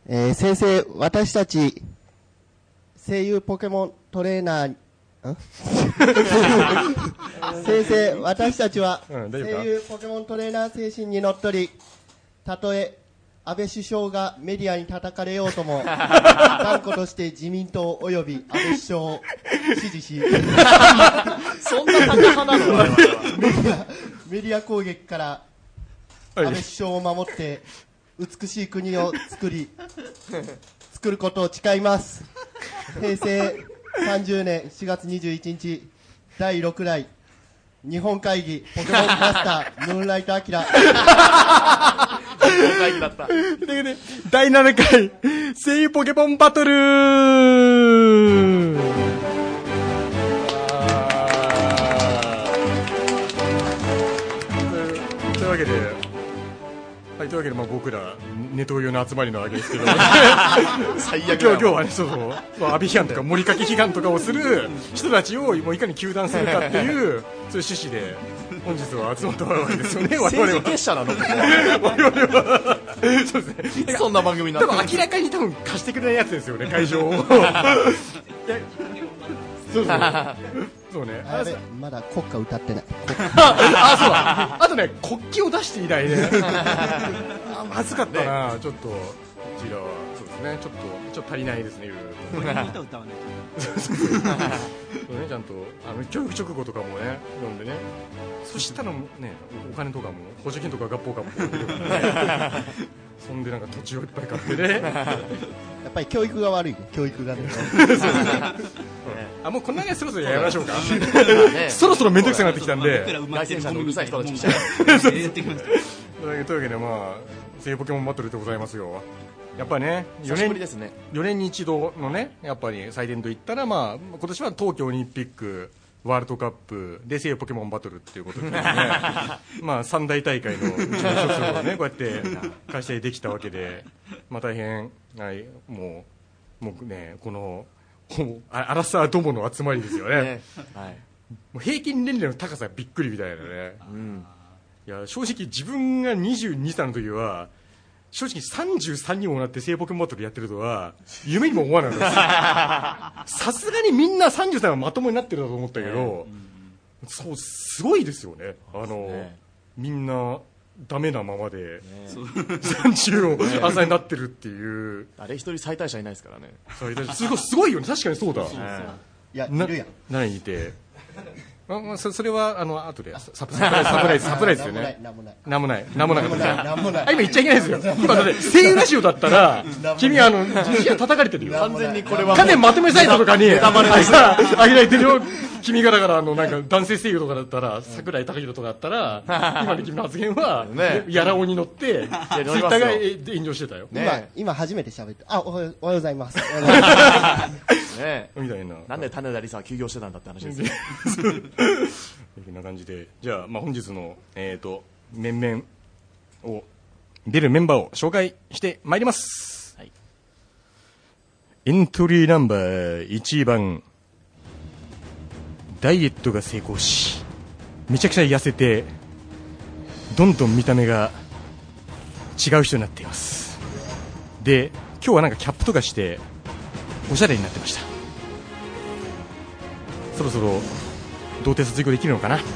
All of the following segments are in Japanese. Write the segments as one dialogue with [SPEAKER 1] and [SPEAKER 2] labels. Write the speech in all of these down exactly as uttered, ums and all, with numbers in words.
[SPEAKER 1] えー、先生、私たち声優ポケモントレーナーん先生、私たちは声優ポケモントレーナー精神にのっとり、たとえ安倍首相がメディアに叩かれようとも断固として自民党および安倍首相を支持し
[SPEAKER 2] そんな高派なのメデ
[SPEAKER 1] ィアメディア攻撃から安倍首相を守って美しい国を作り作ることを誓います。平成さんじゅうねんしがつにじゅういちにちだいろくだい日本会議ポケモンマスタームーンライトアキラ
[SPEAKER 2] 会議だった。
[SPEAKER 3] でだいななかい声優ポケモンバトルというわけで、はい、というわけで、まあ、僕らネトウヨの集まりなわけですけど
[SPEAKER 2] 最悪だ
[SPEAKER 3] 今日今日はね、そうそうそう、阿部批判とか森掛批判とかをする人たちをもういかに糾弾するかっていうそういう趣旨で本日は集まったわけですよね。我々は
[SPEAKER 2] 政治結社なのここ
[SPEAKER 3] 我々はそうですね。
[SPEAKER 2] いつそんな番組になったの。
[SPEAKER 3] 多分明らかに多分貸してくれないやつですよね、会場をそうそうそうね。
[SPEAKER 1] あれまだ国歌歌ってない
[SPEAKER 3] あ、そうだ。あとね、国旗を出していないね。あ、まずかったな、ね、ちょっとこちらはそうですね、ちょっとちょっと足りないですね、いろいろと。これ歌歌わないと。そうね、ちゃんとあの教育直後とかもね読んでね。そしたらね、お金とかも補助金とか合法かも。そんでなんか土地をいっぱい買ってね。
[SPEAKER 1] やっぱり教育が悪いね、教育がね。
[SPEAKER 3] あ、もうこんなにそろそろやりましょうか。そろそろ面倒くさくなってきたんで。
[SPEAKER 2] 来戦者のうるさい人たち来ちゃう。
[SPEAKER 3] というわけで、まあ声優ポケモンバトルでございますよ。やっぱりね、よねんですね、よねんに一度のね、やっぱり祭典といったら、まあ今年は東京オリンピック、ワールドカップで声優ポケモンバトルっていうことでね、まあ三大大会のうちの一つをね、こうやって開催できたわけで、まあ大変、はい、もうもうね、このアラサーどもの集まりですよね。ね、はい、もう平均年齢の高さがびっくりみたいなね。うん、いや正直自分がにじゅうにさいの時は正直さんじゅうさんにもなって声優ポケモンバトルやってるとは夢にも思わないんです。さすがにみんなさんじゅうさんはまともになってるだと思ったけど、うん、そうすごいですよね。あの、ね、みんなダメなままで、ね、さんじゅうの朝になってるっていう。
[SPEAKER 2] あれ一人最大者いないですからね。
[SPEAKER 3] すごい、すごいよね。確かにそうだ。
[SPEAKER 1] そうそう、いや、いるやん。
[SPEAKER 3] 何いて。まあまあ、そ, それはあの後でサプライズサプライズサプライズですよね。なんもないなんもないなんもないなんもない。あ、今言っちゃいけないですよ。今だって声優ラジオだったら君あの自信が叩かれてるよ。
[SPEAKER 2] 完全にこれは
[SPEAKER 3] 完全まとめサイトとかにあげられてるよ。君がだからあのなんか男性声優とかだったら桜井貴弘とかだったら今の君の発言はやらおに乗ってツイッターが炎上してたよ。
[SPEAKER 1] 今今初めて喋って、あ、おはようございます。
[SPEAKER 2] ね、
[SPEAKER 3] みたいな。
[SPEAKER 2] なんで種田理沙は休業してたんだって話ですよ。
[SPEAKER 3] こんな感じで、じゃあ、まあ、本日の、えーと、面々を出るメンバーを紹介してまいります。はい、エントリーナンバーいちばん、ダイエットが成功しめちゃくちゃ痩せてどんどん見た目が違う人になっています。で、今日はなんかキャップとかしておしゃれになってました。そろそろ童貞卒業できるのかな。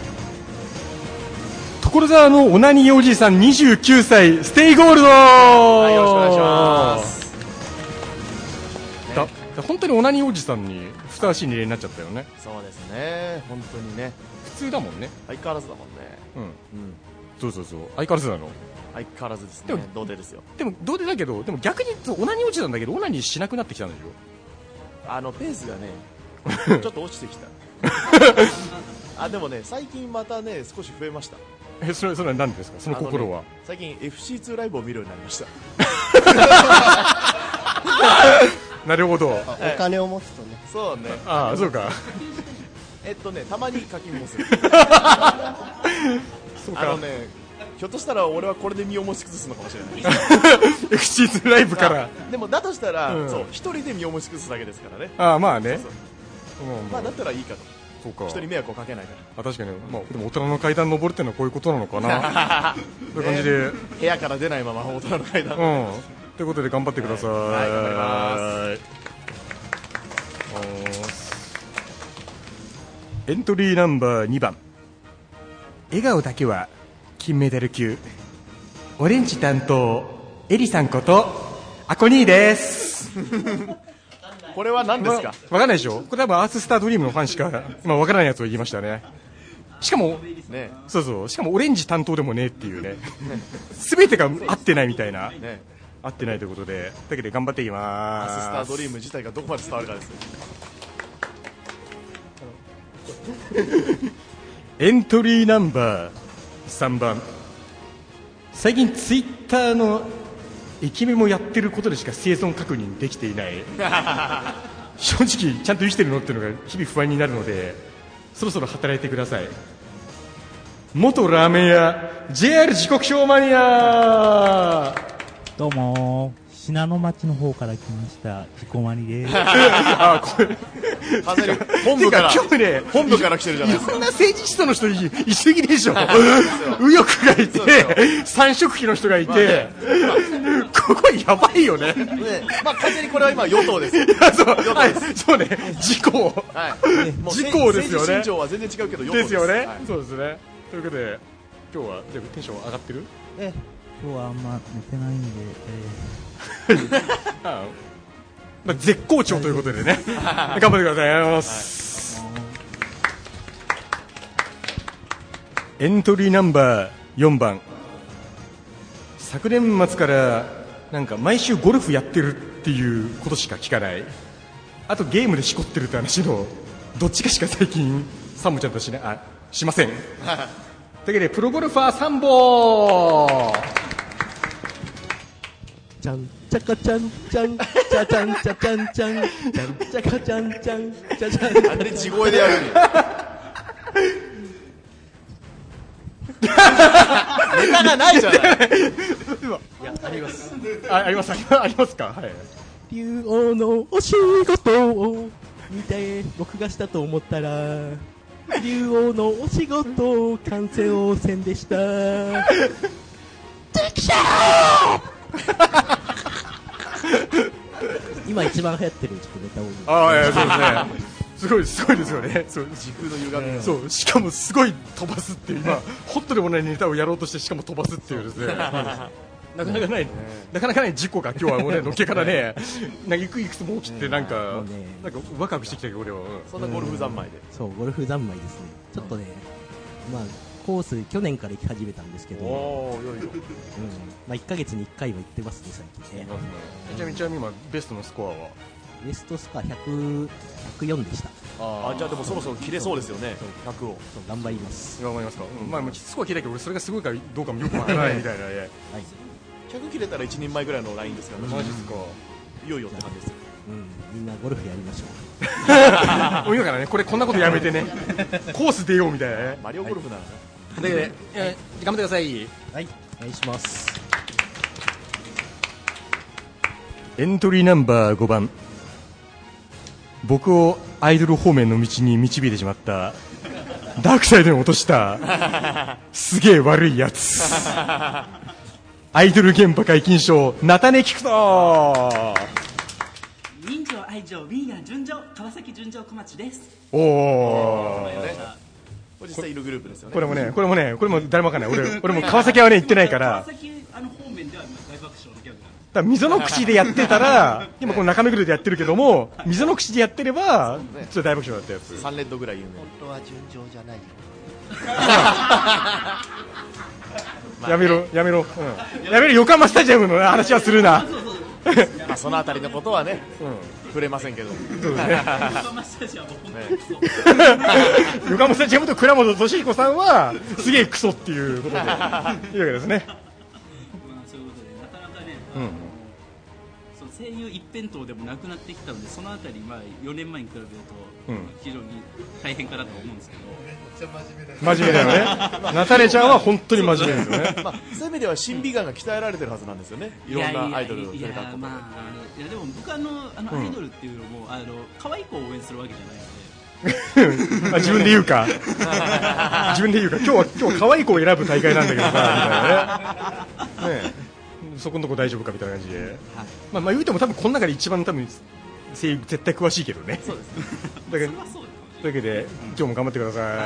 [SPEAKER 3] 所沢のオナニーおじいさんにじゅうきゅうさいステイゴールド、
[SPEAKER 2] はい、よろしくお願いします。
[SPEAKER 3] だだ本当にオナニーおじさんにふさわしい年齢になっちゃったよね。
[SPEAKER 2] そうですね、本当にね、
[SPEAKER 3] 普通だもんね。
[SPEAKER 2] 相変わらずだもんね。
[SPEAKER 3] うん、うん、そうそうそう、相変わらずなの。
[SPEAKER 2] 相変わらずですね。童貞ですよ。
[SPEAKER 3] でも童貞だけど、でも逆に言うとオナニーおじさんだけどオナニーしなくなってきたんだよ。
[SPEAKER 2] あのペースがねちょっと落ちてきた。あ、でもね、最近またね少し増えました。
[SPEAKER 3] え、それそれは何ですか、その心は。
[SPEAKER 2] ね、最近 エフシーツー ライブを見るようになりました。
[SPEAKER 3] なるほど。
[SPEAKER 1] お金を持つとね。
[SPEAKER 2] そうね。
[SPEAKER 3] ああ、そうか。
[SPEAKER 2] えっとね、たまに課金もする。
[SPEAKER 3] そうか。
[SPEAKER 2] あのね、ひょっとしたら俺はこれで身を持ち崩すのかもしれない。
[SPEAKER 3] エフシーツー ライブから。
[SPEAKER 2] でもだとしたら、
[SPEAKER 3] うん、
[SPEAKER 2] そう一人で身を持ち崩すだけですからね。
[SPEAKER 3] ああ、まあね。そうそう、
[SPEAKER 2] うん、まあだったらいいかと。
[SPEAKER 3] そうか。
[SPEAKER 2] 人に迷惑をかけないから。
[SPEAKER 3] あ、確かに、まあでも大人の階段登るってのはこういうことなのかな。そういう感じで、
[SPEAKER 2] ね、部屋から出ないまま大人の階段。
[SPEAKER 3] うん。 ということで頑張ってください。
[SPEAKER 2] はい、頑張ります。
[SPEAKER 3] エントリーナンバーにばん、笑顔だけは金メダル級、オレンジ担当エリさんことアコニーです。
[SPEAKER 2] これは何ですか？
[SPEAKER 3] わかんないでしょ。これ多分アーススタードリームのファンしかまあわからないやつを言いましたね。しかも、ね、そうそう、しかもオレンジ担当でもねっていうね、すべてが合ってないみたいな、ね、合ってないということで、というわけで頑張っていきます。
[SPEAKER 2] アーススタードリーム自体がどこまで伝わるかです。
[SPEAKER 3] エントリーナンバーさんばん、最近ツイッターの駅名もやってることでしか生存確認できていない正直ちゃんと生きてるのっていうのが日々不安になるので、そろそろ働いてください。元ラーメン屋 ジェイアール 時刻表マニア。
[SPEAKER 4] どうも信濃町の方から来ましたジコマニです。
[SPEAKER 3] あ、これ
[SPEAKER 2] 本部から
[SPEAKER 3] 今日ね、
[SPEAKER 2] 本部から来てるじゃないですか。
[SPEAKER 3] いろんな政治思想の人いいすぎでしょ。右翼がいて、三色旗の人がいて、まあね、ここやばいよね。ね、
[SPEAKER 2] まあ完全にこれは今与党です。
[SPEAKER 3] そう、はい、そうね、自公、はい、自公ですよね。
[SPEAKER 2] 政治信条は全然違うけど与党
[SPEAKER 3] ですよね。はい、そうですね。ということで今日はテンション上がってる？
[SPEAKER 4] え、今日はあんま寝てないんで。
[SPEAKER 3] えーああ、まあ、絶好調ということでね頑張ってください。ありがとうございます。エントリーナンバーよんばん、昨年末からなんか毎週ゴルフやってるっていうことしか聞かない、あとゲームでしこってるって話のどっちかしか最近サンボちゃんとしなあしませんというわけでプロゴルファーサンボ
[SPEAKER 1] ちゃんちゃかちゃんちゃんちゃちゃんちゃちゃんちゃんちゃんちゃかちゃんちゃんちゃちゃん。
[SPEAKER 2] なんで地声でやるの？ネタがないじゃない。いや、
[SPEAKER 3] あります。あ、あります。ありますか。はい。
[SPEAKER 1] 竜王のお仕事を見て録画したと思ったら、竜王のお仕事完成せんでした。できたー今一番流行ってるちょっとネタを。
[SPEAKER 3] ああ、いや、そうですね。すごい、すごいですよね。そう、
[SPEAKER 2] 時空の歪み。
[SPEAKER 3] そう、しかもすごい飛ばすっていう、今ホットでもないネタをやろうとして、しかも飛ばすっていうですね。なかなかない、なかなかない事故が今日はもうね、のっけからね、なんかいくいくつも起きて、なんか、なんかワクワクしてきたけど、俺は。
[SPEAKER 2] そんなゴルフ三昧で。
[SPEAKER 4] そう、ゴルフ三昧ですね。ちょっとね、まあ、コース去年から行き始めたんですけど、
[SPEAKER 2] おー、よいよ。うん、
[SPEAKER 4] まあいっかげつにいっかいは行ってますね、最近ね。
[SPEAKER 3] ちなみに、ちなみに今、ベストのスコアは
[SPEAKER 4] ベストスコアひゃくよんでした。
[SPEAKER 2] ああ、じゃあでもそろそろ切れそうですよね、ひゃくを。
[SPEAKER 4] 頑張ります。
[SPEAKER 3] 頑張りますか。うん、まあ、スコア切れたけど、俺それがすごいかどうかもよくわからないみたいなね。はい。
[SPEAKER 2] ひゃく切れたら一人前ぐらいのラインですからね。
[SPEAKER 3] マジですか。
[SPEAKER 2] いよいよって感じですよ。
[SPEAKER 4] うん、みんなゴルフやりましょ
[SPEAKER 3] う。今からね、これこんなことやめてね、コース出ようみたいなね。
[SPEAKER 2] マリオゴルフなら
[SPEAKER 3] ね。で、えー、頑張ってください。
[SPEAKER 4] はい、お願いします。
[SPEAKER 3] エントリーナンバーごばん、僕をアイドル方面の道に導いてしまったダークサイドに落としたすげえ悪いやつアイドル現場解禁賞菜種菊人。
[SPEAKER 5] 人情愛情ウィーガン純情川崎純情小町です。
[SPEAKER 3] おお、
[SPEAKER 2] これ実際いるグループですよね。
[SPEAKER 3] これもね、これもね、これも誰もわかんない。俺、俺も川崎はね行ってないから。
[SPEAKER 5] 川崎あの方面では大爆笑のギャグ
[SPEAKER 3] だ。溝の口でやってたら今この中目黒でやってるけども、溝の口でやってればちょっと大爆笑だったやつ。
[SPEAKER 2] さんレッドぐらい有名。
[SPEAKER 1] 本当は純情じゃないよ。
[SPEAKER 3] やめろやめろ、うん、やめろ。横浜スタジアムの話はするな。
[SPEAKER 2] まあそのあたりのことはね、うん、触れませんけど。
[SPEAKER 5] 横浜スタジアム
[SPEAKER 3] 横浜スタジアムと倉本俊彦さんはすげえクソっていうことでいいわけですね。
[SPEAKER 5] まあそういうことでなかなかね、
[SPEAKER 3] うん、
[SPEAKER 5] そう声優一辺倒でもなくなってきたので、そのあたりまあよねんまえに比べると非常に大変かなと思うんですけど。
[SPEAKER 3] 真面目だよね。ナタレちゃんは本当に真面目ですよね。
[SPEAKER 2] まあ、そういう意味では審美眼が鍛えられてるはずなんですよね。いろんなアイドルを
[SPEAKER 5] いやいやいや、まあ、いやでも僕あのあのアイドルっていうのも、うん、あの可愛い子を応援するわけじゃないので。
[SPEAKER 3] 自分で言うか。自分で言うか。今日は今日可愛い子を選ぶ大会なんだけどさみたいなね。ね。 そこのとこ大丈夫かみたいな感じで、
[SPEAKER 5] はい、
[SPEAKER 3] まあ、まあ言うても多分この中で一番多分声優絶対詳しいけどね。
[SPEAKER 5] そうですね。
[SPEAKER 3] だけどというわけで、うん、今日も頑張ってください。はい、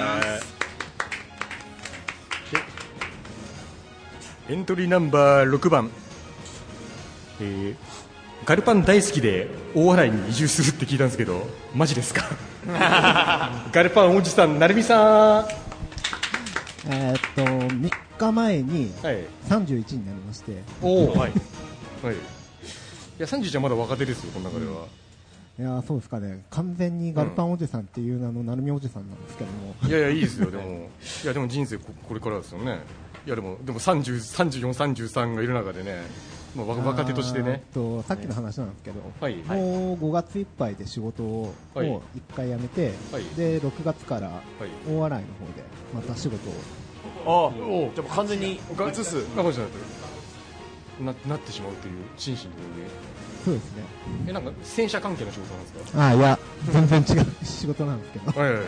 [SPEAKER 3] エントリーナンバーろくばん、えー、ガルパン大好きで大洗に移住するって聞いたんですけど、マジですか？ガルパンおじさん、なるみさん。
[SPEAKER 6] えー、っとみっかまえにさんじゅういちになりまして、はい、
[SPEAKER 3] おお、はい、はい、いやさんじゅういちはまだ若手ですよ、この中では。
[SPEAKER 6] うん、いやそうですかね、完全にガルパンおじさんっていう名の成美おじさんなんですけども、
[SPEAKER 3] いやいやいいですよ、でもいやでも人生 こ, これからですよね。いやでもでもさんじゅう、さんじゅうよん、さんじゅうさんがいる中でね、もう若手としてね。
[SPEAKER 6] とさっきの話なんですけど、はい、もうごがついっぱいで仕事をいっかい辞めて、はい、でろくがつから大洗の方でまた仕事を。
[SPEAKER 2] ああ、じゃあ完全に移す
[SPEAKER 3] な, なってしまうという心身ともに。
[SPEAKER 6] そうですね。
[SPEAKER 3] え、なんか洗車関係の仕事なんですか？
[SPEAKER 6] ああ、いや全然違う仕事なんですけど。はいはいはい。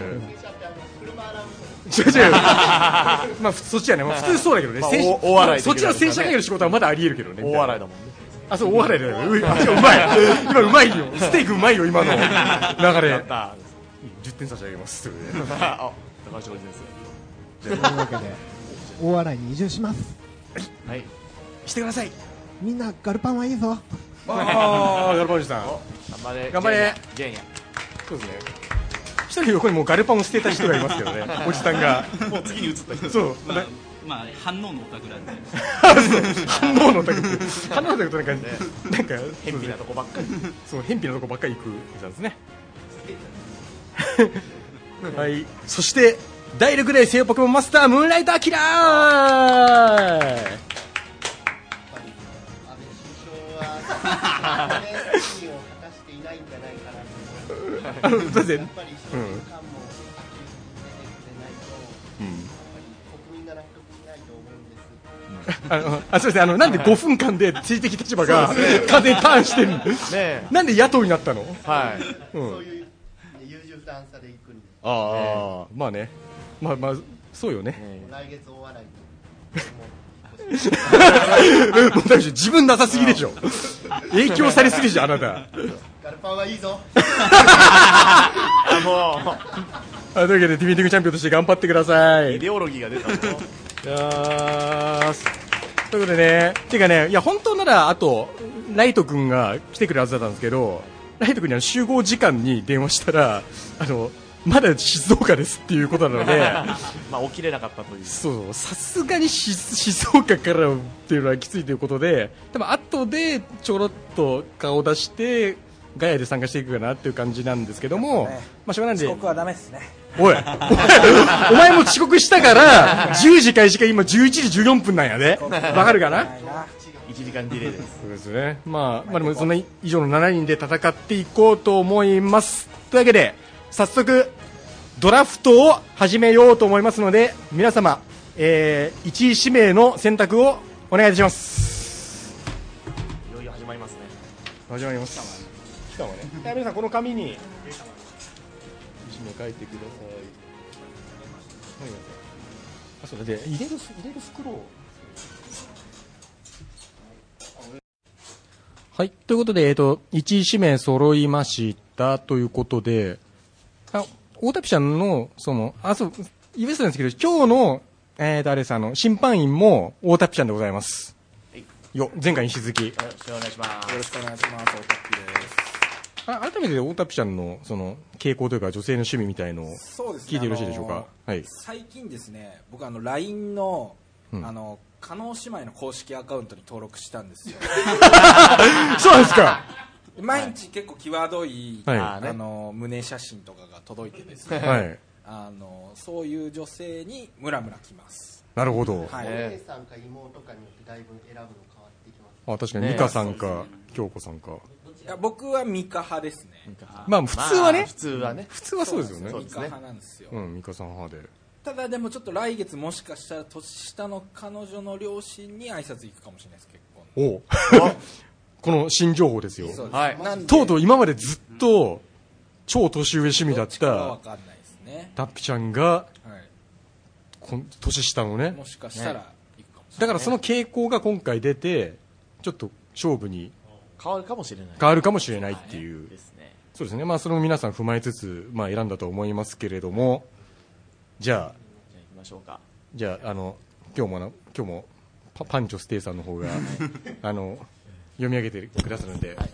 [SPEAKER 3] 違う違う。まあそっちはね、まあ、普通そうだけどね。まあ、大洗そっちの洗車関係の仕事はまじゅっけるけどね。
[SPEAKER 2] 大洗だもんね。
[SPEAKER 3] あ、そう大洗だよ。う, うまい。今うまいよ。ステーキうまいよ今の流れ。じゅってん差し上げます。
[SPEAKER 2] あ、高橋おじです。
[SPEAKER 6] というわけで大洗に移住します。
[SPEAKER 3] はい、はい、してください。
[SPEAKER 6] みんなガルパンはいいぞ。
[SPEAKER 3] ああ、ガルパンおじさん
[SPEAKER 2] 頑張れ
[SPEAKER 3] 頑張れ。
[SPEAKER 2] ジェンヤ。
[SPEAKER 3] そうですね。一人横にもうガルパンを捨てた人がいますけどね。おじさんが
[SPEAKER 2] もう次に移った人。
[SPEAKER 3] そう、
[SPEAKER 5] まあ、まあ反応のオタクなんで。
[SPEAKER 3] 反応のオタク反応のオタクとなんか、ね、なんか
[SPEAKER 2] 偏僻なとこばっかり。
[SPEAKER 3] そう偏僻なとこばっかり行くみたいですね。はい、そしてだいろくだい西洋ポケモンマスタームーンライトアキラー。
[SPEAKER 1] 安倍首相はね、責任を果たしていないんじゃないかなと思います。やっぱり一年間も秋に出てくれないと、うん、やっぱり国民が納得しないと思うんです。
[SPEAKER 3] あのあ、すみません、あのなんでごふんかんで政治的立場が完全にターンしてるの、ね、なんで野党になったの？
[SPEAKER 2] はい、
[SPEAKER 1] うん、そういう優柔不断さでいくんで。
[SPEAKER 3] ああ、まあね、まあまあそうよね。
[SPEAKER 1] 来月大洗に
[SPEAKER 3] もう大丈夫、自分なさすぎでしょ。影響されすぎでしょあなた。
[SPEAKER 1] ガルパンはいいぞ。
[SPEAKER 2] あ、もう
[SPEAKER 3] あ、というわけでディフェンディングチャンピオンとして頑張ってください。
[SPEAKER 2] イデオロギーが出たの。
[SPEAKER 3] いやということでね、てかね、いや本当ならあとライト君が来てくれるはずだったんですけど、ライト君には集合時間に電話したら、あのまだ静岡ですっていうことなので
[SPEAKER 2] まあ起きれなかったという。
[SPEAKER 3] そう、さすがに静岡からっていうのはきついということで、多分後でちょろっと顔を出してガヤで参加していくかなっていう感じなんですけども、ね、まあしょうがないんで。
[SPEAKER 7] 遅刻はダメですね。
[SPEAKER 3] おいお前も遅刻したからじゅうじ開始が今じゅういちじじゅうよんぷんなんやで。わかるかな。
[SPEAKER 2] いちじかんディレイです。
[SPEAKER 3] そうですね。まあ、まあでもそんな以上のしちにんで戦っていこうと思います。というわけで早速ドラフトを始めようと思いますので、皆様、えー、いちい指名の選択をお願いいたします。
[SPEAKER 2] いよいよ始まりますね。
[SPEAKER 3] 始まります。しかもね、皆さんこの紙にいち名書いてください。あ、それで入れる入れる袋を。はい、ということで、えっと、いちい指名揃いましたということで、あ、大田ピちゃんの、その、あ、そう、言い忘れたんですけど、今日の、えーと、あれです、あの、審判員も大田ピちゃんでございます。はい。よ、前回に引き続き。よ
[SPEAKER 2] ろしくお願いします。
[SPEAKER 7] よろしくお願いします。大田ピです。
[SPEAKER 3] あ、改めて大田ピちゃんの、その、傾向というか、女性の趣味みたいのを、聞いてよろしいでしょうか。
[SPEAKER 7] あのー、はい。最近ですね、僕あの、ライン の、うん、あの、加納姉妹の公式アカウントに登録したんですよ。
[SPEAKER 3] そうですか。
[SPEAKER 7] 毎日結構際どい、はい、あの胸写真とかが届いてですね、はい、あのそういう女性にムラムラきます。
[SPEAKER 3] なるほど。
[SPEAKER 1] はい、お姉さんか妹かによってだいぶ選ぶの変わってきます。
[SPEAKER 3] あ、確かに美香さんか京子さんか。
[SPEAKER 7] いや僕は美香派ですね。
[SPEAKER 3] まあ普通はね、まあ、
[SPEAKER 2] 普通はね、
[SPEAKER 3] 普通はそうですよね。
[SPEAKER 7] 美香派なんですよ。
[SPEAKER 3] うん、美香さん派で。
[SPEAKER 7] ただでもちょっと来月もしかしたら年下の彼女の両親に挨拶行くかもしれないです。結
[SPEAKER 3] 婚。おう。この新情報ですよ。はい。とうとう今までずっと超年上趣味だったタッピちゃんが、はい、こ年下のね。
[SPEAKER 7] もしかしたら行くかも
[SPEAKER 3] だからその傾向が今回出てちょっと勝負に
[SPEAKER 2] 変わるかもしれない
[SPEAKER 3] 変わるかもしれないっていう、そうですね、まあそれも皆さん踏まえつつ、まあ、選んだと思いますけれども、じゃあ、じゃあ行
[SPEAKER 2] きましょうか。
[SPEAKER 3] じゃあ、あの今日もな今日もパ, パンチョステイさんの方があの読み上げてくださるんで、はい、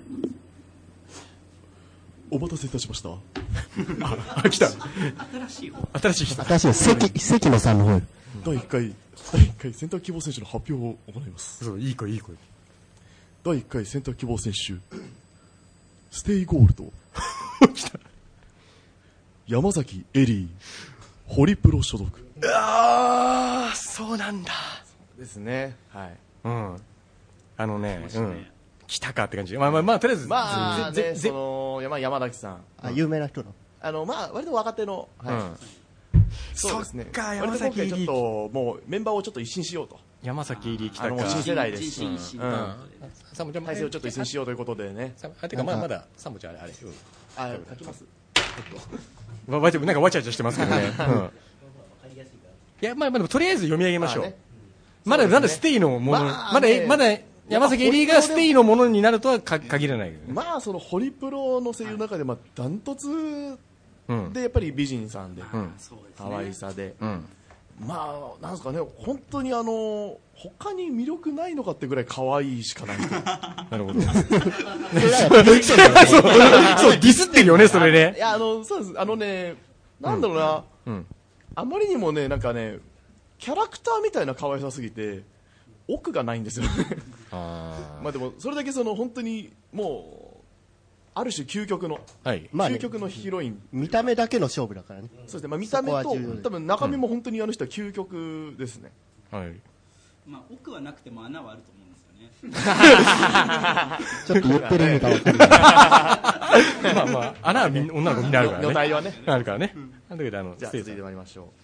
[SPEAKER 2] お待たせいたしました。
[SPEAKER 3] あ、来た。
[SPEAKER 5] 新しい方。
[SPEAKER 3] 新しい人。
[SPEAKER 1] 新しい関関野さんの方。
[SPEAKER 2] だいいっかいだいいっかい選択希望選手の発表を行います。
[SPEAKER 3] そう、いい声いい声。
[SPEAKER 2] だいいっかい選択希望選手ステイゴールド
[SPEAKER 3] 来た。
[SPEAKER 2] 山崎エリーホリプロ所属。
[SPEAKER 3] ああ、そうなんだ。
[SPEAKER 2] そうですね。はい。
[SPEAKER 3] うん。あのね、うん。来たかって感じ。まあまあまあとりあえず
[SPEAKER 2] まあね、その山山崎さん。
[SPEAKER 1] あ、有名な人の。
[SPEAKER 2] あのまあ割と若手の。はい。そうですね。山崎エリー。ちょっともうメンバーをちょっと一新しようと。
[SPEAKER 3] 山崎エリー来たか。
[SPEAKER 2] 新世代です。
[SPEAKER 5] 新新新。
[SPEAKER 2] サムちゃん体制をちょっと一新しようということでね。
[SPEAKER 3] あ、てかまだまだサムちゃんあれあれ。
[SPEAKER 2] あ、書きます。
[SPEAKER 3] わわなんかわちゃわちゃしてますけどね。いやまあまあでもとりあえず読み上げましょう。まだまだステイのもの、まだまだ山崎エリーがステイのものになるとは限らない。
[SPEAKER 2] まあそのホリプロの声優の中でまあダントツでやっぱり美人さんで可愛さで、まあなんですかね、本当にあの他に魅力ないのかってぐらい可愛いしかない。
[SPEAKER 3] なるほど。そうそうディスってるよねそれね。
[SPEAKER 2] いやあのそうです、あのね、なんだろうな、あまりにもねなんかねキャラクターみたいな可愛さすぎて奥がないんですよね。あまあでもそれだけその本当にもうある種究極の、はい、究極のヒロイン、
[SPEAKER 1] 見た目だけの勝負だからね。
[SPEAKER 2] そうですね、まあ見た目と多分中身も本当にあの人は究極ですね。
[SPEAKER 3] はい。
[SPEAKER 5] まあ奥はなくても穴はあると思うんですよね。
[SPEAKER 1] ちょっと言ってるのか分かんない。
[SPEAKER 3] まあまあ穴はみん女の子みんなあるからね。
[SPEAKER 2] 女体はね。
[SPEAKER 3] あるからね。だけどあの
[SPEAKER 2] じゃあ続いてまいりましょう。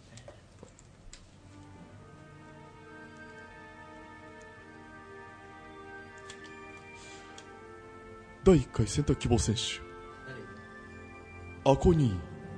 [SPEAKER 2] だいいっかい選択希望選手アコニー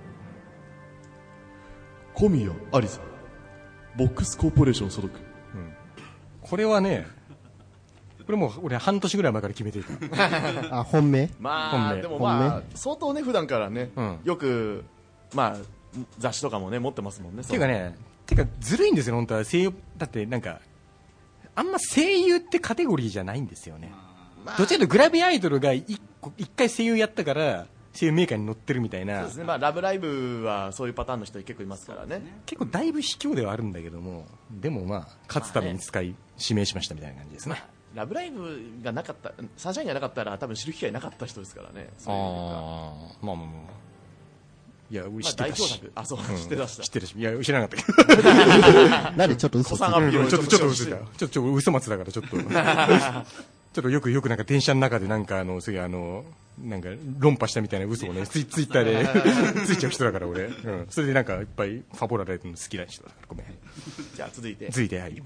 [SPEAKER 2] 小宮有沙ボックスコーポレーション所属、うん、
[SPEAKER 3] これはねこれもう俺半年ぐらい前から決めてい
[SPEAKER 1] た。あ、本命
[SPEAKER 2] まあ本命でもまあ相当ね普段からね、うん、よくまあ雑誌とかもね持ってますもんね。
[SPEAKER 3] ていうかねていうかずるいんですよ本当は。声優だってなんかあんま声優ってカテゴリーじゃないんですよね。まあ、どちらかというとグラビアアイドルが一回声優やったから声優メーカーに乗ってるみたいな。
[SPEAKER 2] そうですね、まあ、ラブライブはそういうパターンの人結構いますからね。
[SPEAKER 3] 結構だいぶ卑怯ではあるんだけどもでもまあ勝つために使い、まあね、指名しましたみたいな感じですね。まあ、
[SPEAKER 2] ラブライブがなかったサンシャインがなかったら多分知る機会なかった人ですからね。そういうあ
[SPEAKER 3] まあまあまあいや知ってたし、
[SPEAKER 2] まあ、あそう、うん、知ってたし
[SPEAKER 3] 知ってたしいや知らなかったけど
[SPEAKER 1] なんでちょっと嘘ついて
[SPEAKER 3] るちょっとちょっと嘘だちょっと嘘松だからちょっとちょっとよくよくなんか電車の中でなんかあのすげえあのなんか論破したみたいな嘘をねツイ、ツイッターでついちゃう人だから俺、うん、それでなんかいっぱいファボられるの好きな人だからごめん。
[SPEAKER 2] じゃあ続いて
[SPEAKER 3] 続いてはい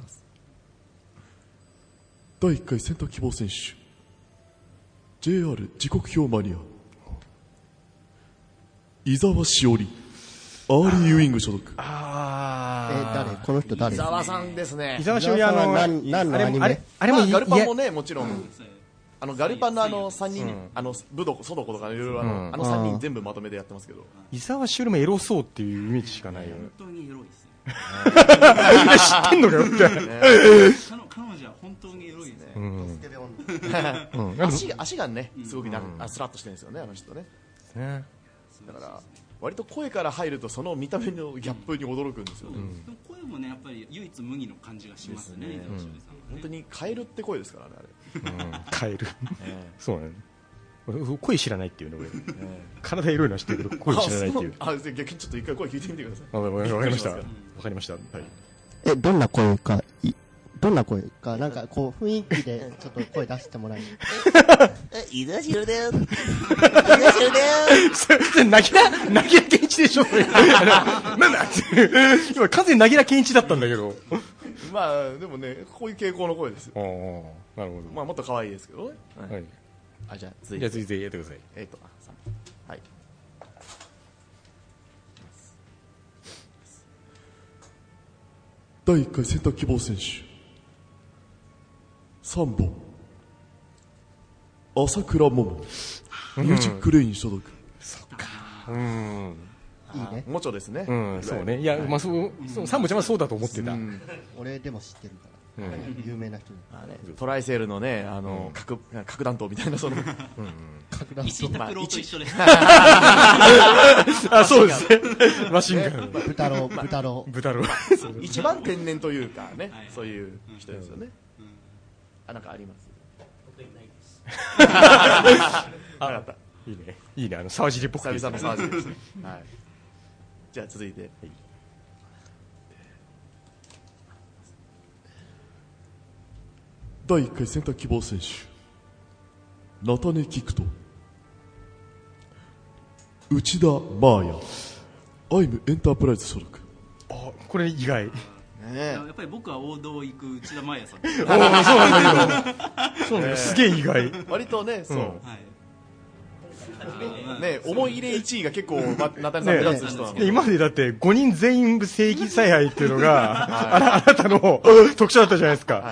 [SPEAKER 2] だいいっかい選択希望選手 ジェイアール 時刻表マニア伊沢しおりアーリーウィング所属。
[SPEAKER 1] あえ誰この人誰？
[SPEAKER 2] 伊沢さんですね。
[SPEAKER 3] 伊沢しおりあの
[SPEAKER 1] 何何のアニメ？
[SPEAKER 3] あれあれも、まあ、
[SPEAKER 2] ガルパンもねもちろん、うん、あのガルパンのあの三人、うん、あの武道ソドコとかいろいろあの、うん、あの三人全部まとめてやってますけど。
[SPEAKER 3] 伊沢しおりもエロそうっていうイメージしかないよ。
[SPEAKER 5] 本当にエロいですね。
[SPEAKER 3] みんな知ってんのかよみたいな。彼
[SPEAKER 5] 女は本当にエロいですね。
[SPEAKER 2] うん、足足がねすごくな、うん、スラッとしてるんですよねあの人ね。ねだから割と声から入るとその見た目のギャップに驚くんですよね。うん、
[SPEAKER 5] でも声もねやっぱり唯一無二の感じがしますね。
[SPEAKER 2] うん、本当にカエルって声ですからねあれ。
[SPEAKER 3] うん、カエル。そうね。声知らないっていうの俺、えー、体エロいのは知ってるけど声知らないっていう。
[SPEAKER 2] あ、逆にちょっと一回声聞いてみてください。
[SPEAKER 3] あ、わかりました。わかりました。はい。
[SPEAKER 1] え、どんな声かい。どんな声か、なんかこう雰囲気でちょっと声出してもらえる。
[SPEAKER 2] え、伊沢しおりだよ。伊沢しおりだよ。
[SPEAKER 3] なぎら、なぎら健一でしょなんだって今完全になぎら健一だったんだけど。
[SPEAKER 2] まあでもねこういう傾向の声ですよ。
[SPEAKER 3] ああ、なるほど。
[SPEAKER 2] まあもっと可愛いですけどね。はい。あ、じゃあ続いて。
[SPEAKER 3] じゃあ続いてやってください。
[SPEAKER 2] えっと、あ、さん。はい。
[SPEAKER 8] だいいっかい選択希望選手さんぼん朝倉桃ミュージックレイン所属、うん、
[SPEAKER 3] そっかうん
[SPEAKER 1] いいね
[SPEAKER 2] もちょですね、
[SPEAKER 3] うん、そうねいや、まあ、そうそうサンボちゃんはそうだと思ってた、うん、
[SPEAKER 1] 俺でも知ってるから、うん、有名な人
[SPEAKER 2] あれトライセールのねあの、うん、核, 核弾頭みたいなその、うん、
[SPEAKER 5] 核弾頭石井拓郎と一緒です
[SPEAKER 3] あそうですねマシンガン
[SPEAKER 1] 豚郎豚郎
[SPEAKER 3] 豚郎
[SPEAKER 2] 一番天然というかね、はい、そういう人ですよね、うん、あなんかあります
[SPEAKER 3] あなたいいねいいねあの沢尻っぽく
[SPEAKER 2] 久々の沢尻ですね、はい、じゃあ続いて、はい、
[SPEAKER 8] だいいっかい選択希望選手菜種菊人内田真彩アイムエンタープライズ所属
[SPEAKER 3] あこれ意外
[SPEAKER 5] ね、やっぱり僕は王道行く内田真彩さんお
[SPEAKER 3] そうなんだけどそうなんだすげえ意外
[SPEAKER 2] 割とねそう、うんはいね、思い入れいちいが結構ナタネさん目立つ人なの、ね、
[SPEAKER 3] 今までだってごにん全員正義采配っていうのが、はい、あ, なあなたの特徴だったじゃないですか、はい、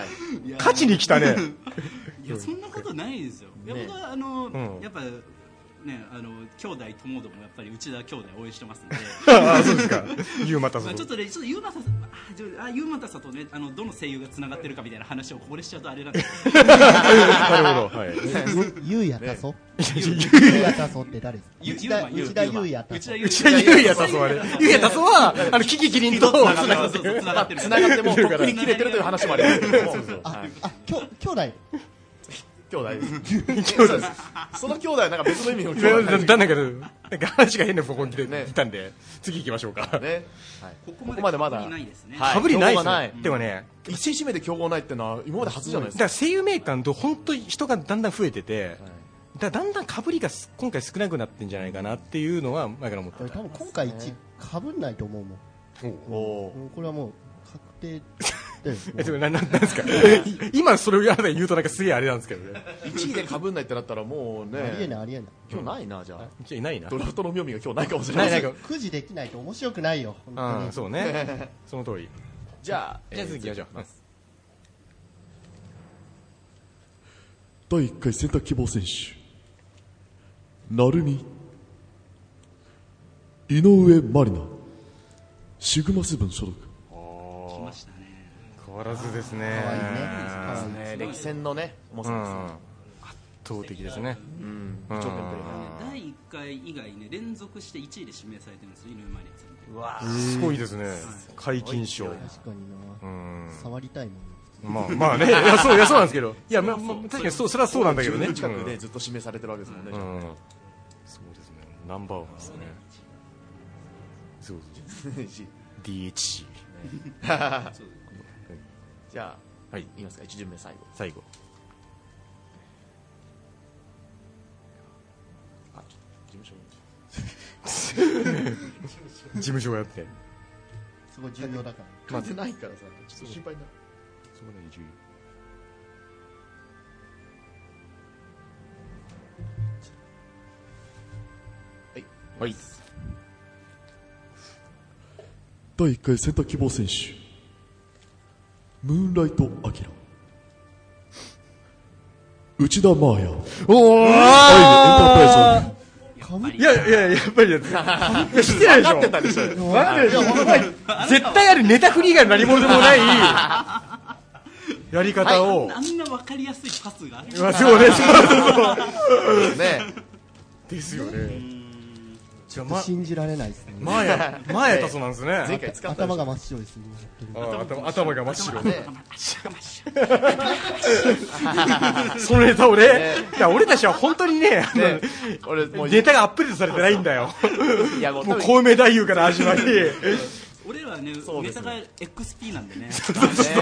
[SPEAKER 3] 勝ちに来たね
[SPEAKER 5] いやそんなことないですよ、いや僕はあの、うん、やっぱね、あの兄弟ともどもやっぱり内田兄弟応援してますので
[SPEAKER 3] あそうですかユーマタさん
[SPEAKER 5] ちょっとねちょっとユーマタさんあユーマタさんとねあのどの声優がつながってるかみたいな話をここでしちゃうとあれなんですけどなる
[SPEAKER 3] ほど、はい、
[SPEAKER 1] ゆうやたそ
[SPEAKER 3] ゆ
[SPEAKER 1] うやたそって誰ですか内田ゆうやたそ
[SPEAKER 3] 内田ゆうやたそはねゆうやたそはあのキキキリンとつながってる
[SPEAKER 2] つながってるつながってもうとっくに切れてるという話もありますけど
[SPEAKER 1] ああ兄弟
[SPEAKER 2] 兄弟ですその兄弟はなんか別の意味の兄弟
[SPEAKER 3] だんだけどなんか話が変な方向に来ていたんで次行きましょうかね
[SPEAKER 5] ここまでまだないですね
[SPEAKER 3] かぶりないですねでもね
[SPEAKER 2] 一位指名で競合ないってのは今まで初じゃないです
[SPEAKER 3] かだから声優メーカーと本当に人がだんだん増えててだだんだんかぶりが今回少なくなってんじゃないかなっていうのは前から思って
[SPEAKER 1] た多分今回一かぶんないと思うもんおこれはもう確定
[SPEAKER 3] えななんですか今それを言うとなんかすげえあれなんですけどね
[SPEAKER 2] いちいでかぶんないってなったらもうね
[SPEAKER 1] ありえないありえない
[SPEAKER 2] 今日ないなじゃあ
[SPEAKER 3] 今日ないな
[SPEAKER 2] ドラフトの妙味が今日ないかもしれない
[SPEAKER 1] くじできないと面白くないよ本当に
[SPEAKER 3] そうねその通り
[SPEAKER 2] じゃあ
[SPEAKER 3] じゃあ次行きましょう
[SPEAKER 8] だいいっかい選択希望選手成美井上まりなシグマセブン所属
[SPEAKER 5] 来ましたね
[SPEAKER 3] 変わらずですね
[SPEAKER 2] 可愛いねね歴戦のね重さですね、
[SPEAKER 3] 圧倒的ですね、うん、
[SPEAKER 5] だいいっかい以外ね連続していちいで指名されてるんですよ井上まりなさんって
[SPEAKER 3] うわすごいですね皆勤賞
[SPEAKER 1] 確かにな、うん、触りたいもん
[SPEAKER 3] まあまあねいやそういやそうなんですけどいや、まま、確かにそそれはそうなんだけどね
[SPEAKER 2] 近くでずっと指名されてるわけですもんね、うん、
[SPEAKER 3] そうですねナンバーワンですねそうそう ディーエイチシー
[SPEAKER 2] じゃあ、
[SPEAKER 3] はい、
[SPEAKER 2] 言いますかいち巡目最後
[SPEAKER 3] 最後
[SPEAKER 2] あ事務所
[SPEAKER 3] 事務所がやって
[SPEAKER 1] すごい重要だから
[SPEAKER 2] 書いてないからさちょっと心配になる
[SPEAKER 3] そこまで重
[SPEAKER 2] 要
[SPEAKER 3] はいはい
[SPEAKER 8] だいいっかい選択希望選手ムーンライトアキラ内田真彩
[SPEAKER 3] おお
[SPEAKER 8] アイムエンタープライズ
[SPEAKER 3] いやいややっぱりや知ってないでしょ分かってたでしょ分かってるでしょ絶対あるネタフリー以外の何者でもないやり方を、
[SPEAKER 5] はい、あんな分かりやすいパスがある
[SPEAKER 3] そうねそうそうねですよね
[SPEAKER 1] ちょっと信じられないですね
[SPEAKER 3] マーヤマーヤタソなんですね
[SPEAKER 2] 前回使った
[SPEAKER 1] 頭が真っ白ですね
[SPEAKER 3] 頭, 頭が真っ白ねそのネタ俺、ね、いや俺たちは本当にねね俺もうネタがアップデートされてないんだよいやもうコウメ太夫から始まり
[SPEAKER 5] 俺らはね、ネタが エックスピー なんでね。
[SPEAKER 2] そうそうそう。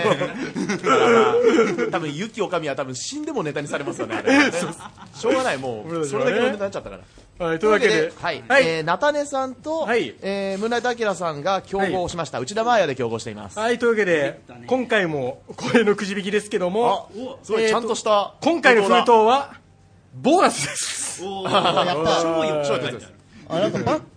[SPEAKER 2] 多分ユキオカミは多分死んでもネタにされますよね。しょうがないもうそれだけのネタになっちゃったから。
[SPEAKER 3] はい、というわけで、
[SPEAKER 2] はい、はい、えー、菜種さんと、はい、えー、ムーンライトアキラさんが競合しました、はい、内田真彩で競合しています。
[SPEAKER 3] はい、というわけで、今回もこれのくじ引きですけども、
[SPEAKER 2] すごいちゃんとした、
[SPEAKER 3] えー、今回の封筒はボーナスです。
[SPEAKER 1] おー、やった。超いい。
[SPEAKER 2] 超いい。
[SPEAKER 1] あ、なんかバッ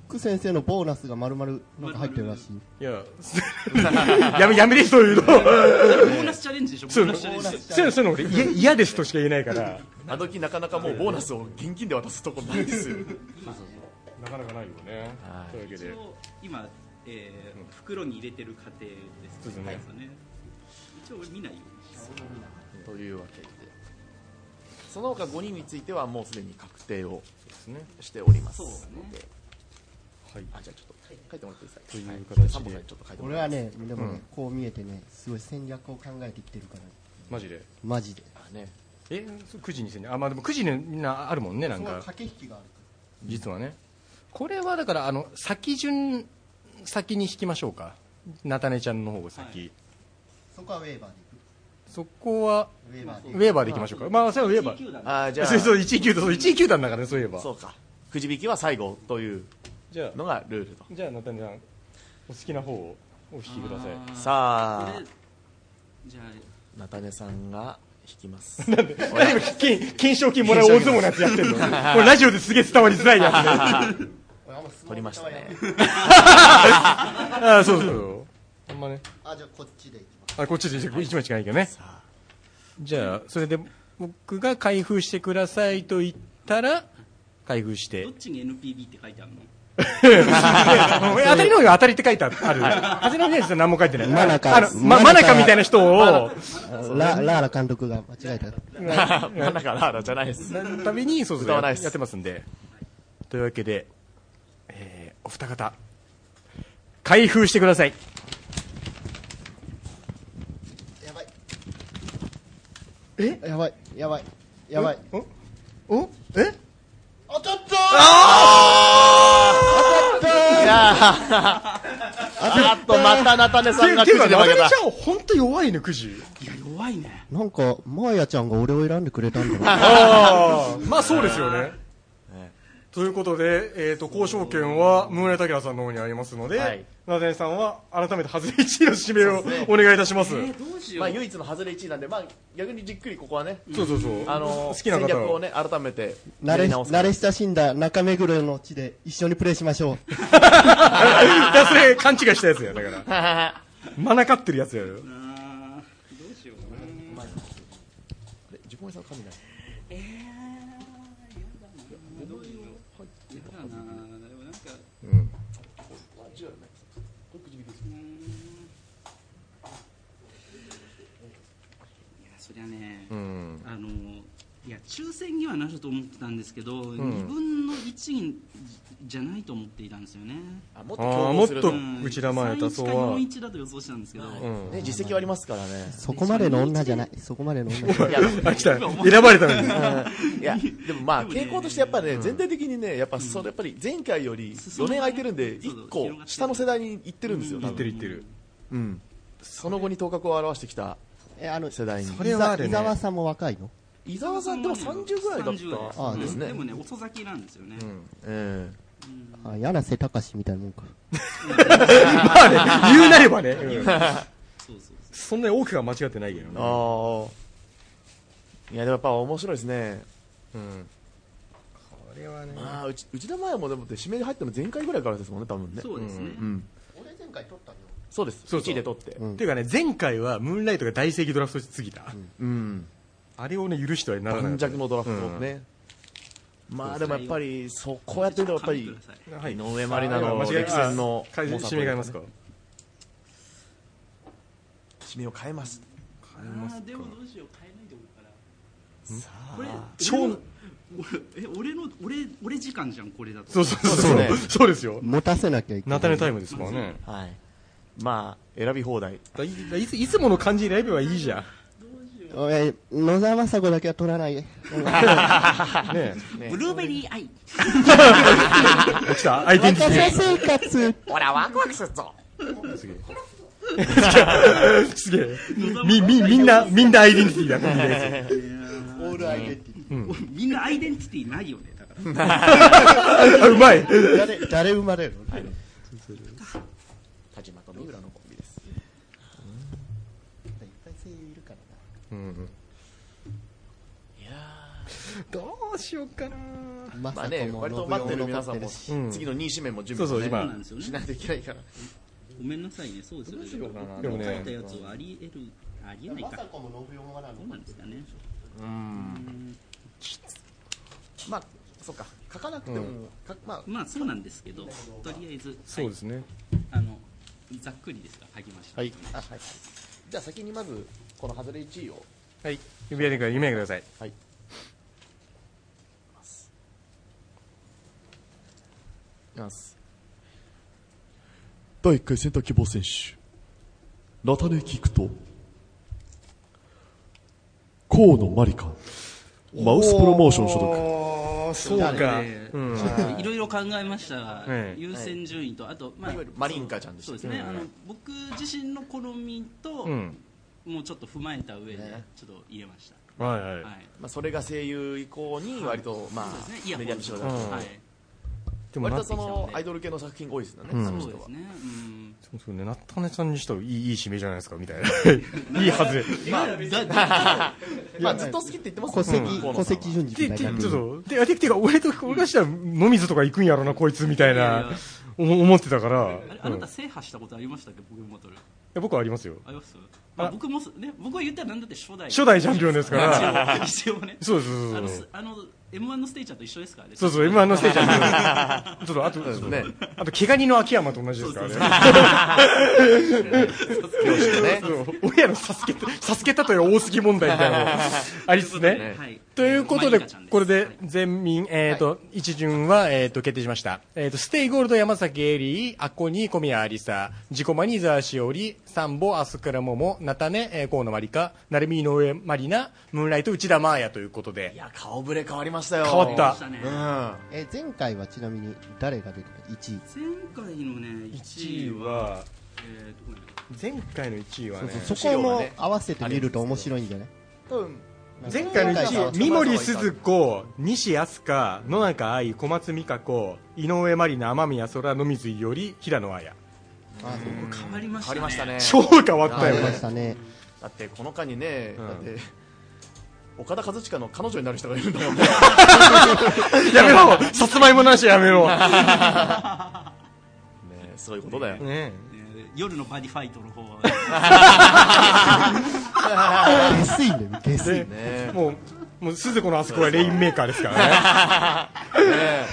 [SPEAKER 1] ク先生のボーナスが丸々なんか入ってるらしい。
[SPEAKER 3] いややめやめてそういうの。ボ
[SPEAKER 5] ーナスチャレンジでしょ。ボーナスチャレンジ。
[SPEAKER 3] そうそういうの俺嫌ですとしか言えないから。
[SPEAKER 2] あの時なかなかもうボーナスを現金で渡すところないですよ。
[SPEAKER 3] なかなかないよね。というわけで
[SPEAKER 5] 今、えー、袋に入れてる過程ですね。一応見ないように。
[SPEAKER 2] というわけで、その他ごにんについてはもうすでに確定をしておりますので、はい、あ、じゃあちょっと書いてもらっていいですか。という形で、ちょっと書いてもらって。
[SPEAKER 1] 俺はね、でもね、こう見えてね、すごい戦略を考えてきてるから。
[SPEAKER 3] マジで。
[SPEAKER 1] マジで。
[SPEAKER 2] あね。
[SPEAKER 3] え、くじにせんね。あ、まあでもくじにみんなあるもんね、なんか。
[SPEAKER 1] 駆け引きがある。
[SPEAKER 3] 実はね。これはだからあの先順先に引きましょうか。菜種ちゃんの方が先。はい、
[SPEAKER 1] そこはウェーバーでいく。
[SPEAKER 3] そこはウェーバーで、ウェーバーでいきましょうか。まあそれはウェーバー。
[SPEAKER 2] あ、じゃあ
[SPEAKER 3] そうそういちい球団、いちい球団だからね、そういえば。
[SPEAKER 2] そうか。くじ引きは最後というのがルールと。
[SPEAKER 3] じゃあ菜種ちゃんお好きな方をお引きください。
[SPEAKER 2] さあ、
[SPEAKER 5] じゃ
[SPEAKER 2] あ菜種さんが引きます。
[SPEAKER 3] なんで金金賞金もらう大相撲のやつやってんの。これラジオですげえ伝わりづらいやつね。
[SPEAKER 2] 取りましたね。
[SPEAKER 3] あ、そうそう。あんまね。
[SPEAKER 1] あ、じゃあこっちでいきます。
[SPEAKER 3] あ、こっちで一枚しかないけどね。じゃあそれで僕が開封してくださいと言ったら開封して。
[SPEAKER 5] どっちに エヌピービー って書いてあるの？
[SPEAKER 3] 当たりの方が当たりって書いてある。当たりの方は何も書いてない。
[SPEAKER 1] マナカ、
[SPEAKER 3] マナカみたいな人を
[SPEAKER 1] ラーラ監督が間違え
[SPEAKER 2] た。マナカラーラじゃないです。
[SPEAKER 3] ためにそうそうやってますんで。というわけで。えー、お二方開封してください。
[SPEAKER 1] やばい
[SPEAKER 3] え
[SPEAKER 1] やばいやばいやばい
[SPEAKER 3] おおえ
[SPEAKER 1] 当たった
[SPEAKER 2] 当たったいやあっとまた菜種さんがくじで負けた。
[SPEAKER 3] 菜種ちゃん本当弱いね、くじ。
[SPEAKER 5] いや弱いね。
[SPEAKER 1] なんかマーヤちゃんが俺を選んでくれたんだな。
[SPEAKER 3] あまあそうですよね。ということで、えーと、交渉権はムーンライト・アキラさんの方にありますので、はい、菜種さんは改めて外れいちいの指名をお願いいたします。えー、
[SPEAKER 5] どうしよう。
[SPEAKER 2] まあ唯一の外れいちいなんで、まあ逆にじっくりここはね、
[SPEAKER 3] そうそうそう、
[SPEAKER 2] あのー、好きな方戦略をね改めて
[SPEAKER 1] 慣れ慣れ親しんだ中目黒の地で一緒にプレーしましょう。
[SPEAKER 3] それ勘違いしたやつやだから。マナかってるやつやよ。
[SPEAKER 5] どうしようかな。
[SPEAKER 2] 自分さん神ない。
[SPEAKER 5] えーなでもなんか、うん、いやそりゃね、うん、あのいや抽選にはなると思ってたんですけど、うん、にぶんのいちじゃないと思っていたんですよね。
[SPEAKER 2] あもっと強豪する
[SPEAKER 3] とうちら前多層は
[SPEAKER 5] よんいちだと予想したんですけど、
[SPEAKER 2] うんね、実績はありますからね。
[SPEAKER 1] そこまでの女じゃない。そこまでの女じゃない。
[SPEAKER 3] あ、来た。選ばれたのに。
[SPEAKER 2] いやでもまあ傾向としてやっぱりね、全体的にねやっぱそれやっぱり前回よりよねん空いてるんでいっこ下の世代に行ってるんですよ。
[SPEAKER 3] 行ってる行ってる。
[SPEAKER 2] うん。その後に頭角を現してきた世代に。
[SPEAKER 1] それはあるね。伊沢さんも若いの？
[SPEAKER 2] 伊沢さんでもさんじゅうぐらいだったんですね。
[SPEAKER 5] でもね遅咲きなんですよね。
[SPEAKER 2] ええ。
[SPEAKER 1] あ、柳瀬隆みたいなもんか。
[SPEAKER 3] まあね、言うなればね。そうそうそう。そんなに多くは間違ってないけどね。
[SPEAKER 2] ああ。いやでもやっぱ面白いですね。
[SPEAKER 3] うん。これはね。
[SPEAKER 2] まあうち内田真也もでもって指名で入ったの前回ぐらいからですもんね多分ね。
[SPEAKER 5] そうですね。
[SPEAKER 2] うん。
[SPEAKER 1] 俺前回取ったの。
[SPEAKER 2] そうです。そういちいで取って。
[SPEAKER 3] っていうかね前回はムーンライトが大正義ドラフトしすぎた。
[SPEAKER 2] うん。
[SPEAKER 3] あれをね許してはならない。
[SPEAKER 2] 盤石のドラフトね。まあでもやっぱりそこやってるとやっぱり井上まりなの歴戦の
[SPEAKER 3] 指名変えますか。
[SPEAKER 2] 指名を変えます。
[SPEAKER 5] 変えますか。でもどうしよう変えないでおくから。さあ。これ
[SPEAKER 3] 超
[SPEAKER 5] え俺の俺俺時間じゃんこれだと。
[SPEAKER 3] そうそうそうね。そうですよ。
[SPEAKER 1] 持たせなきゃいけない。
[SPEAKER 3] ナタネタイムですからね。
[SPEAKER 2] はい。まあ選び放題。
[SPEAKER 3] いついつもの感じで選べばいいじゃん。
[SPEAKER 1] おい野沢雅子だけは取らないで。ね
[SPEAKER 5] ブルーベリーアイ。
[SPEAKER 3] 来たアイデンティティ。
[SPEAKER 1] 生活。
[SPEAKER 2] ほらワクワクするぞ。
[SPEAKER 3] すげえ。すげえ。みみみんなみんなアイデンティティだ。
[SPEAKER 1] オールアイデンティテ
[SPEAKER 5] ィ。みんなアイデンティティないよねだから。
[SPEAKER 3] うまい。
[SPEAKER 1] 誰誰生まれるの？
[SPEAKER 2] 田島と三浦のコンビです。
[SPEAKER 3] うん、いやどうしようかな。
[SPEAKER 2] まあね、割と待ってる皆さんも次のにい指名も準備しないといけないから。
[SPEAKER 5] ごめんなさいね、そうですよね。でもね、書いたやつはあり得る、あり得ないか。まさかも信用がなんですかね。うん。
[SPEAKER 2] まあ、そっか、書かなくても、
[SPEAKER 5] まあ、まあそうなんですけど、とりあえず、
[SPEAKER 3] そうですね。
[SPEAKER 5] あの、ざっくりですが書きました。
[SPEAKER 2] はい。あ、はい。じゃあ先にまずこのハズレいちいを。
[SPEAKER 3] はい。指輪でから夢ください。
[SPEAKER 2] はい。いきます。
[SPEAKER 8] だいいっかいセンター希望選手、菜種菊と河野まりか、マウスプロモーション所属。
[SPEAKER 3] そうか。
[SPEAKER 5] いろいろ考えましたが、優先順位と、あと、
[SPEAKER 2] まあ、いわゆるマリンカちゃんです。
[SPEAKER 5] そうですね。あの、僕自身の好みと、もうちょっと踏まえた上で、ちょっと入れました。
[SPEAKER 3] はいはい。
[SPEAKER 2] まあ、それが声優以降に割と、まあ、メディアの仕事だと。割とそのアイドル系の作品多いですよね。
[SPEAKER 5] そうですね。
[SPEAKER 3] そうそうね。菜種さんにしたらいいいい締めじゃないですかみたいな。いいはず。
[SPEAKER 2] まあずっと好きって言ってます。
[SPEAKER 1] 戸籍戸籍順次みたいな。
[SPEAKER 3] ちょっとてててか俺と俺がしたら野水とか行くんやろなこいつみたいな思ってたから。
[SPEAKER 5] あなた制覇したことありましたっけ、ポケモンバトル？
[SPEAKER 3] 僕はありますよ。
[SPEAKER 5] あります。まあ僕もね、僕は言ったらなんだって初代
[SPEAKER 3] 初代チャンピオンですから。
[SPEAKER 5] 一応ね。
[SPEAKER 3] そうそうそう。
[SPEAKER 5] あの エムワン のステイちゃんと一緒ですからね。
[SPEAKER 3] そうそう エムワン のステイちゃんと。ちょっとあとね、あと毛ガニの秋山と同じですからね。親のサスケサスケたという大杉問題みたいなのありつつね。ということでこれで全民えっと一巡はえっと決定しました。えっとステイゴールド山崎エリー、アコニ小宮有沙、ジコマニザーしおり、サンボアスクラモモ、菜種河野まりか、ナルミ井上まりな、ムーンライト内田真彩ということで。
[SPEAKER 2] いや顔ぶれ変わりましたよ。
[SPEAKER 3] 変わった。
[SPEAKER 1] え前回はちなみに誰が出てたいちい？
[SPEAKER 5] 前回のねいちいは
[SPEAKER 3] 前回のいちいはね、
[SPEAKER 1] そこも合わせて見ると面白いんじゃない？
[SPEAKER 2] 多分
[SPEAKER 3] 前回のいちい、三森すず子、西飛鳥、野中愛、小松美香子、井上まりな、天宮空、野水伊織、平野綾。
[SPEAKER 5] あ変わりましたね。
[SPEAKER 2] 変わりましたね。
[SPEAKER 3] 超変わったよ
[SPEAKER 1] ね。
[SPEAKER 2] だってこの間にね、だって岡田和親の彼女になる人がいるんだもんね。
[SPEAKER 3] やめろ、さつまいもなしやめろ。ね
[SPEAKER 2] そういうことだよ。
[SPEAKER 5] ね夜のバディファイトの方は。
[SPEAKER 1] 下水ね、下水
[SPEAKER 3] ね。もうもう鈴子のあそこはレインメーカーですからね。ね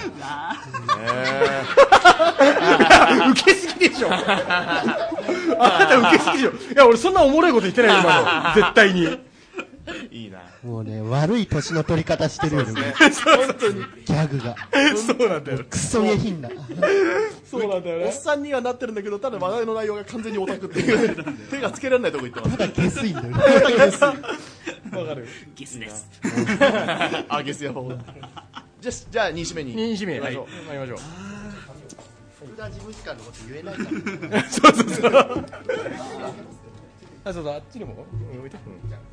[SPEAKER 3] え。受けすぎでしょ。あなた受けすぎでしょ。いや俺そんなおもろいこと言ってないよ今の。絶対に。
[SPEAKER 2] いいな。
[SPEAKER 1] もうね悪い年の取り方してるよね。
[SPEAKER 2] 本当に
[SPEAKER 1] ギャグが。
[SPEAKER 3] そうなんだよ。
[SPEAKER 1] クソ下品な。
[SPEAKER 3] そうなんだよね。
[SPEAKER 2] おっさんにはなってるんだけど、ただ話題の内容が完全にオタクっていう手がつけられないとこ行ってます。
[SPEAKER 1] ただ下水んだよね。
[SPEAKER 3] わかる。
[SPEAKER 5] ゲスです。
[SPEAKER 2] あゲスやばい。じゃじゃあに指名に。
[SPEAKER 3] に指名はい。参りましょう。
[SPEAKER 1] 福田事務次官のこと言えないから。
[SPEAKER 3] そうそうそう。あそうだあっちにも置いて。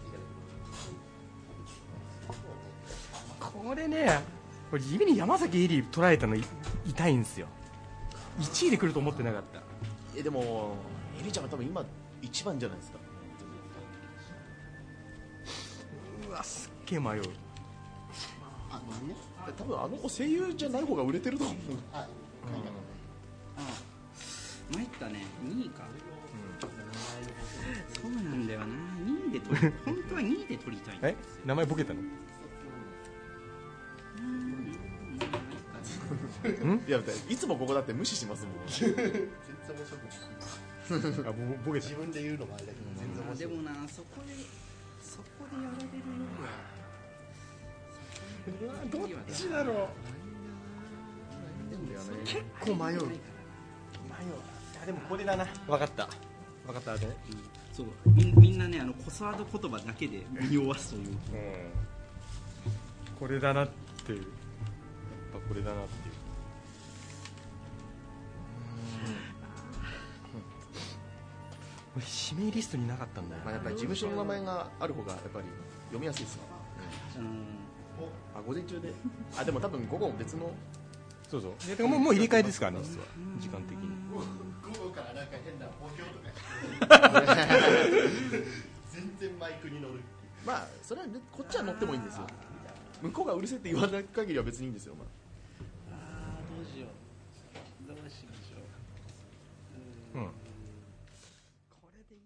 [SPEAKER 3] これね、これ地味に山崎エリー捉えたの痛いんですよ。いちいで来ると思ってなかった。
[SPEAKER 2] えでもエリーちゃんが多分今一番じゃないですか。
[SPEAKER 3] うわすっげえ迷う。
[SPEAKER 2] あのね、多分あの子声優じゃない方が売れてると思う。はい。
[SPEAKER 5] うん、参ったね、にいか。うん、そうなんだよな、にいで取り本当はにいで取りたい。
[SPEAKER 3] え名前ボケたの？
[SPEAKER 2] いやいつもここだって無視しますもん。全然面白くない。あボケ
[SPEAKER 1] 自分で言うのもあれだけど全然面白い。
[SPEAKER 5] でもなそこでそこでやられるよう
[SPEAKER 3] どっちだろう。結構迷う。迷う。いやでもこれだな。分かった。分かったね。
[SPEAKER 5] そうみみんなねあのコスワード言葉だけで匂わすという。うん、
[SPEAKER 3] これだなっていう。やっぱこれだなっていう。指名リストになかったんだよ。
[SPEAKER 2] まあやっぱり事務所の名前がある方がやっぱり読みやすいですよ。うん。あ午前中で。あでも多分午後別の。
[SPEAKER 3] そうそう。でもうもう入れ替えですからね実は時間的に。
[SPEAKER 1] 午後からなんか変な補強とか。全然マイクに乗る。
[SPEAKER 2] まあそれはねこっちは乗ってもいいんですよ。向こうがうるせえって言わない限りは別にいいんですよ。まあ。
[SPEAKER 3] うん、これでいい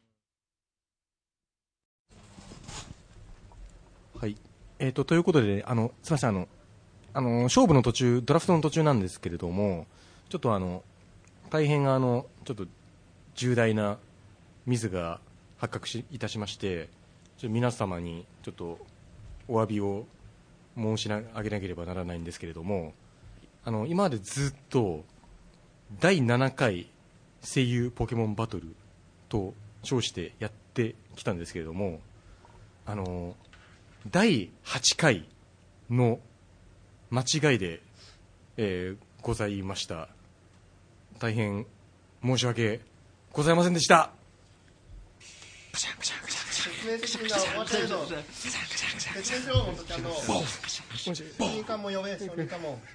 [SPEAKER 3] かな。はい、えーとということで、あのすみません、あのあの勝負の途中、ドラフトの途中なんですけれども、ちょっとあの大変あのちょっと重大なミスが発覚しいたしまして、ちょっと皆様にちょっとお詫びを申し上げなければならないんですけれども、あの今までずっとだいななかい声優ポケモンバトルと称してやってきたんですけれども、あのだいはちかいの間違いで、えー、ございました。大変申し訳ございませんでした。カシャンカシャンカシャンカシャン
[SPEAKER 1] 説明的な終わったけど説明しようもんとちゃんと小児科も呼べ小児科も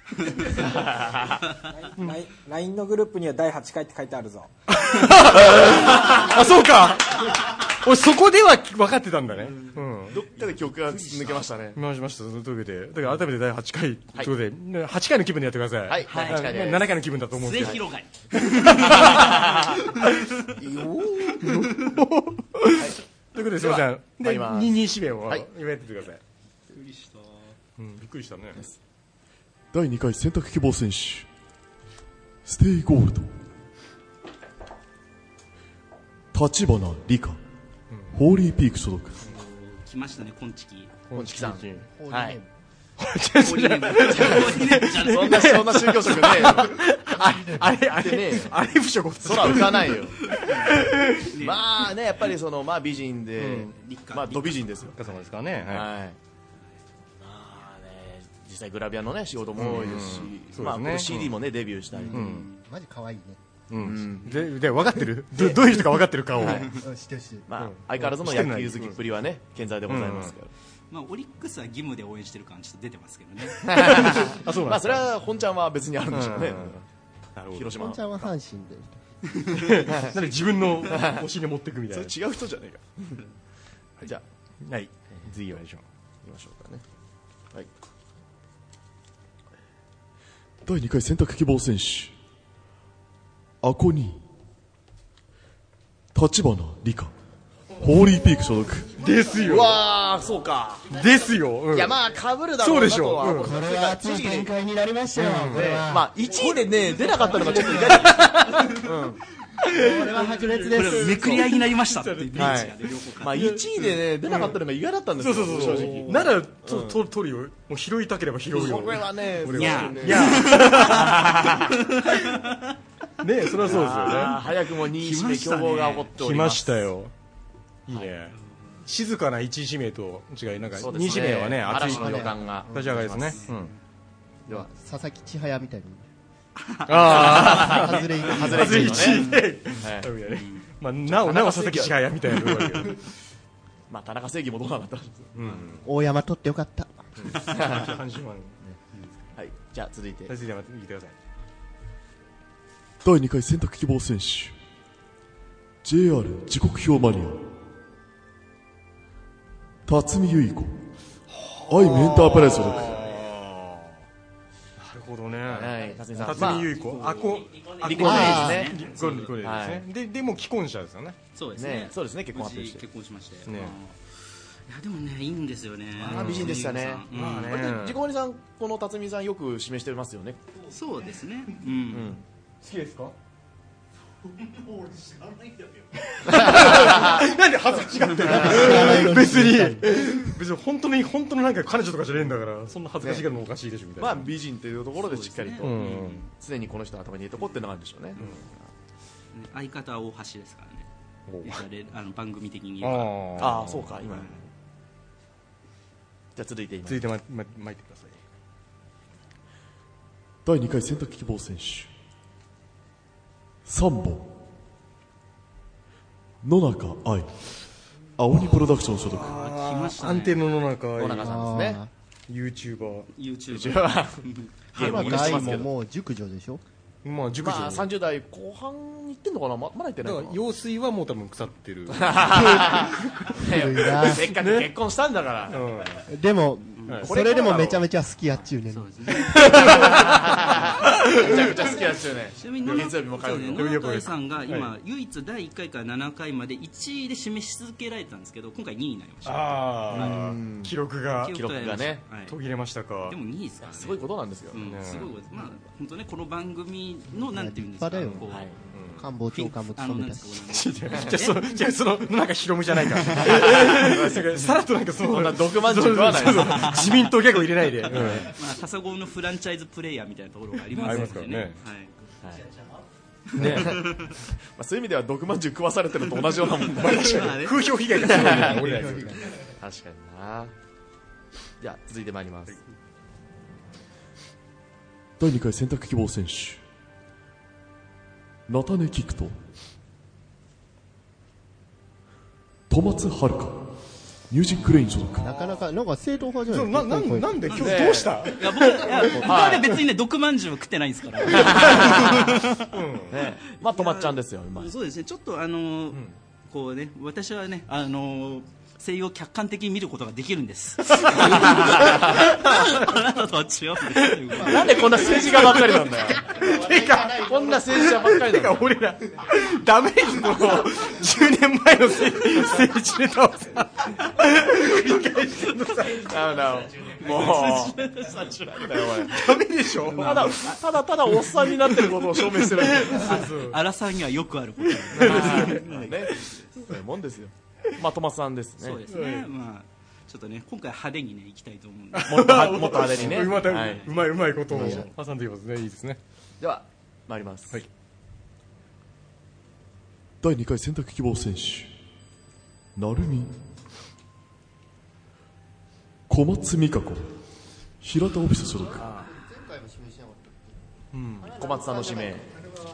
[SPEAKER 7] ライン のグループにはだいはちかいって書いてあるぞ。
[SPEAKER 3] あ、そうか。俺そこでは分かってたんだね。うん。
[SPEAKER 2] どっかで記憶が抜けましたね。
[SPEAKER 3] 見ました。というわけで、だから改めてだいはちかいということで、はちかいの気分でやってください。
[SPEAKER 2] はい。はい。
[SPEAKER 3] ななかいの気分だと思うんですけど。
[SPEAKER 5] 末広がり。
[SPEAKER 3] ということですみません。で、にに指名を言われててください。
[SPEAKER 5] びっくりした。
[SPEAKER 3] うん、びっくりしたね。
[SPEAKER 8] だいにかい選択希望選手、ステイゴールド、立花理香、ホーリーピーク所属。
[SPEAKER 5] 来ましたね、こんちき。
[SPEAKER 2] こんちきさん。はい。
[SPEAKER 5] そん
[SPEAKER 2] なそんな宗教色ね。
[SPEAKER 3] あれあれね、あれ不織布
[SPEAKER 2] 空浮かないよ。まあね、やっぱりそのまあ美人で、まあド美人ですよ。
[SPEAKER 3] お疲れ様ですからね。はい。
[SPEAKER 2] まあね、実際グラビアのね仕事も多いですし、まあ シーディー もねデビューしたり。
[SPEAKER 1] マジ可愛いね。
[SPEAKER 3] うん、でで分かってるど, どういう人か分かってる顔を、はい、
[SPEAKER 2] まあ、相変わらずの野球好きっぷりはね健在でございますけど、
[SPEAKER 5] まあ、オリックスは義務で応援してる感ちょっと出てますけどね。
[SPEAKER 2] あ、そうなんですか。まあそれは本ちゃんは別にあるんでしょうね。広島
[SPEAKER 1] 本ちゃんは阪神で
[SPEAKER 3] なんで自分の推しに持っていくみたいな。
[SPEAKER 2] それ違う人じゃねえか。じゃ
[SPEAKER 3] あ、はい、次お願いし
[SPEAKER 2] ましょうかね。はい。
[SPEAKER 8] だいにかい選択希望選手、アコニー、立花理香、ホーリーピーク所属。
[SPEAKER 3] ですよ。
[SPEAKER 2] うわー、そうか。
[SPEAKER 3] ですよ。うん、
[SPEAKER 2] いや、まあ、被るだろうなとは。そうでしょう。うん、
[SPEAKER 1] これは熱い展開になりましたよ。うん、ね、
[SPEAKER 2] まあ、いちいでね、出なかったのがちょっと嫌だ。うん。
[SPEAKER 1] これは白熱です。
[SPEAKER 5] めくり合いになりましたっていうリーチがね、両方から。
[SPEAKER 2] まあ、いちいでね、出なかったのが意外だったんですよ、正直。
[SPEAKER 3] なら、と、取るよ。もう拾いたければ拾うよ。
[SPEAKER 2] これはね、
[SPEAKER 3] いや。いや。ね、それはそうですよね。
[SPEAKER 2] 早くもにい指名競合が起こっており
[SPEAKER 3] ます。
[SPEAKER 2] 来
[SPEAKER 3] ましたよ。いいね。静かないちい指名と違い、なんかにい指名はね、
[SPEAKER 2] 熱いの予感が。
[SPEAKER 3] 立ち上がりですね。
[SPEAKER 1] では、佐々木千早みたいに。
[SPEAKER 3] あ
[SPEAKER 1] あ、外れ
[SPEAKER 2] 外れいちい
[SPEAKER 3] で。まあ、なお、なお佐々木千早みたいな。
[SPEAKER 2] まあ、田中正義もどうなかったんです。
[SPEAKER 1] 大山取ってよかった。
[SPEAKER 3] 阪神は。
[SPEAKER 2] はい、じゃあ続いて。
[SPEAKER 3] 続いて、見てください。
[SPEAKER 8] だいにかい選択希望選手、ジェイアール 時刻表マニア、辰巳ゆい子、アイムエンタープライズ所属。
[SPEAKER 3] なるほどね。
[SPEAKER 2] はい、辰巳さん。
[SPEAKER 3] 辰巳ゆい子、あこ、
[SPEAKER 2] 離婚ですね。
[SPEAKER 3] 離婚ですね。で、でも既婚者ですよね。
[SPEAKER 5] そうですね。
[SPEAKER 2] そうですね、結婚発表して。
[SPEAKER 5] 結婚しまして。
[SPEAKER 2] ね。
[SPEAKER 5] いやでもね、いいんですよね。
[SPEAKER 2] ああ、美人でしたね。
[SPEAKER 3] まあね。
[SPEAKER 2] 自己割さん、この辰巳さんよく指名してますよね。
[SPEAKER 5] そうですね。うん。
[SPEAKER 3] 好きですか？
[SPEAKER 1] 俺知らないんだ
[SPEAKER 3] よ。なんで恥ずかしがってる？別に別に本当に本当のなんか彼女とかじゃねえんだから、そんな恥ずかしがるのおかしいでしょみたいな。
[SPEAKER 2] まあ美人というところでしっかりと常にこの人の頭にいるとこってのがあるんでしょうね。
[SPEAKER 5] 相方は大橋ですからね。あの番組的に言
[SPEAKER 2] えば。ああ、そうか今。じゃあ続いて
[SPEAKER 3] 続いてまま巻いてください。
[SPEAKER 8] だいにかい選択希望選手、さんぼん、野中愛、青鬼プロダクション所属。
[SPEAKER 3] 安定の野中愛。
[SPEAKER 2] 野中さんですね。
[SPEAKER 3] ユーチューバー。
[SPEAKER 5] ユーチューバー。
[SPEAKER 1] 野中愛ももう熟女でしょ。
[SPEAKER 3] まあ熟女。
[SPEAKER 2] さんじゅう代後半に行ってんのかな。まだ行ってないかな。
[SPEAKER 3] 用水はもう多分腐ってる。
[SPEAKER 2] せっかく結婚したんだから。
[SPEAKER 1] でもそれでもめちゃめちゃ好きやっちゅうねん。そうですね。めちゃ
[SPEAKER 2] くちゃ好きやっちゅうね。
[SPEAKER 5] ちなみに月曜日も火曜日も。七海さんが今唯一だいいっかいからななかいまでいちいで示し続けられたんですけど、今回にいになりました。
[SPEAKER 3] ああ、記録が
[SPEAKER 2] 記録がね
[SPEAKER 3] 途切れましたか。
[SPEAKER 5] でもにいですからね。す
[SPEAKER 2] ごいことなんですよ。
[SPEAKER 5] すごいこと。まあ本当ね、この番組のなんていうんですか。
[SPEAKER 1] 官房長官も務めたし。
[SPEAKER 3] じゃあそのじゃあそのなんかヒロムじゃないから。さらっとなんかそ
[SPEAKER 2] んな毒まんじゅう食わない。
[SPEAKER 3] 自民党ギャグ入れないで。
[SPEAKER 5] まあ笠郷のフランチャイズプレイヤーみたいなところがありますのでね。
[SPEAKER 2] ね、まあそういう意味では毒まんじゅう食わされてると同じようなもんだ。
[SPEAKER 3] 風評被害がすごいな。確かに
[SPEAKER 2] な。じゃあ続いてまいります。
[SPEAKER 8] だいにかい選択希望選手。菜種菊と戸松遥ミュージックレイン所属。
[SPEAKER 1] なかなかなんか正統派じゃない。
[SPEAKER 3] ななんなんで今日どうした？
[SPEAKER 5] いや僕いや僕はね別にね毒まんじゅうは食ってないんですから。
[SPEAKER 2] まあとまっちゃんですよ。
[SPEAKER 5] そうですね。ちょっとあのこうね私はねあの声優を客観的に見ることができるんです。あなたとは違うんです。
[SPEAKER 2] なんでこんな政治家ばっかりなんだよ。てかこんな政治家ばっかりなんだよ。
[SPEAKER 3] 俺らダメージのじゅうねんまえの政治ネタをさ繰り返してんのさ。
[SPEAKER 2] ダメだよ。もう
[SPEAKER 3] ダメでしょ。
[SPEAKER 2] ただただただおっさんになってることを証明してる。
[SPEAKER 5] 荒さんにはよくあることね。
[SPEAKER 2] そういうもんですよ。まあ、トマスさんですね。
[SPEAKER 5] そうですね。まあ、ちょっとね、今回派手にね、行きたいと思うんで。
[SPEAKER 2] もっと、もっと派手にね。
[SPEAKER 3] うまい、うまいことを挟んでいますね。いいですね。
[SPEAKER 2] では、参ります。はい。
[SPEAKER 8] だいにかい選択希望選手。成海。小松美香子。平田オフィス所属。前回も指名しなかった。
[SPEAKER 2] うん。小松さんの指名。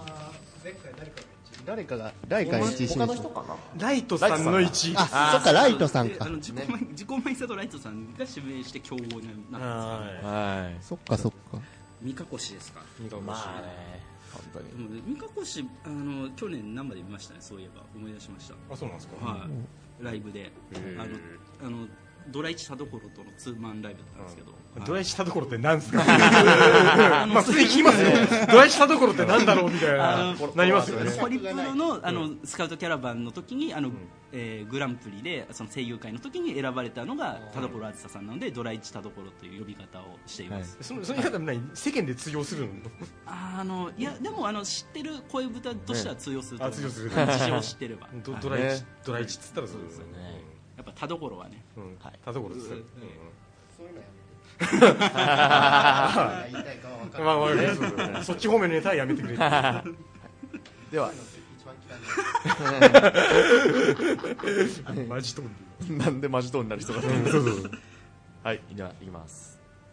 [SPEAKER 1] 誰かが誰か一
[SPEAKER 2] 他の人かな。
[SPEAKER 3] ライトさんの一。
[SPEAKER 1] あ、そっかライトさんか。
[SPEAKER 5] あの自己満自己満さとライトさんが指名して競合になったんですよ。
[SPEAKER 2] はい。
[SPEAKER 1] そっかそっか。
[SPEAKER 5] 三日越ですか。
[SPEAKER 2] 三日越。まあね。本当に。
[SPEAKER 5] 三日越あの去年生で見ましたね。そういえば思い出しました。
[SPEAKER 3] あ、そうなんですか。
[SPEAKER 5] はい。ライブであのあのドライチ田所とのツーマンライブだったんですけど。
[SPEAKER 3] ドライチ田所ってなんですか。まあ普通に聞きますよ。ドライチ田所ってなんだろうみたいななりますよね。
[SPEAKER 5] ホリプロのあのスカウトキャラバンの時にあのえグランプリでその声優会の時に選ばれたのが田所あずささんなのでドライチ田所という呼び方をしています。
[SPEAKER 3] そのその言い方何世間で通用するの？
[SPEAKER 5] あのいやでもあの知ってる声豚としては通用すると思います。
[SPEAKER 3] 事
[SPEAKER 5] 情を知ってれば。
[SPEAKER 3] ドライチドライチっつったらそうですよね。
[SPEAKER 5] やっぱ田所はね。
[SPEAKER 3] 田所です。そういうのやめて。そっち方面のネタはやめてくれ。ではマジトー
[SPEAKER 2] ンなんでマジトーンになる人がはいではいきます。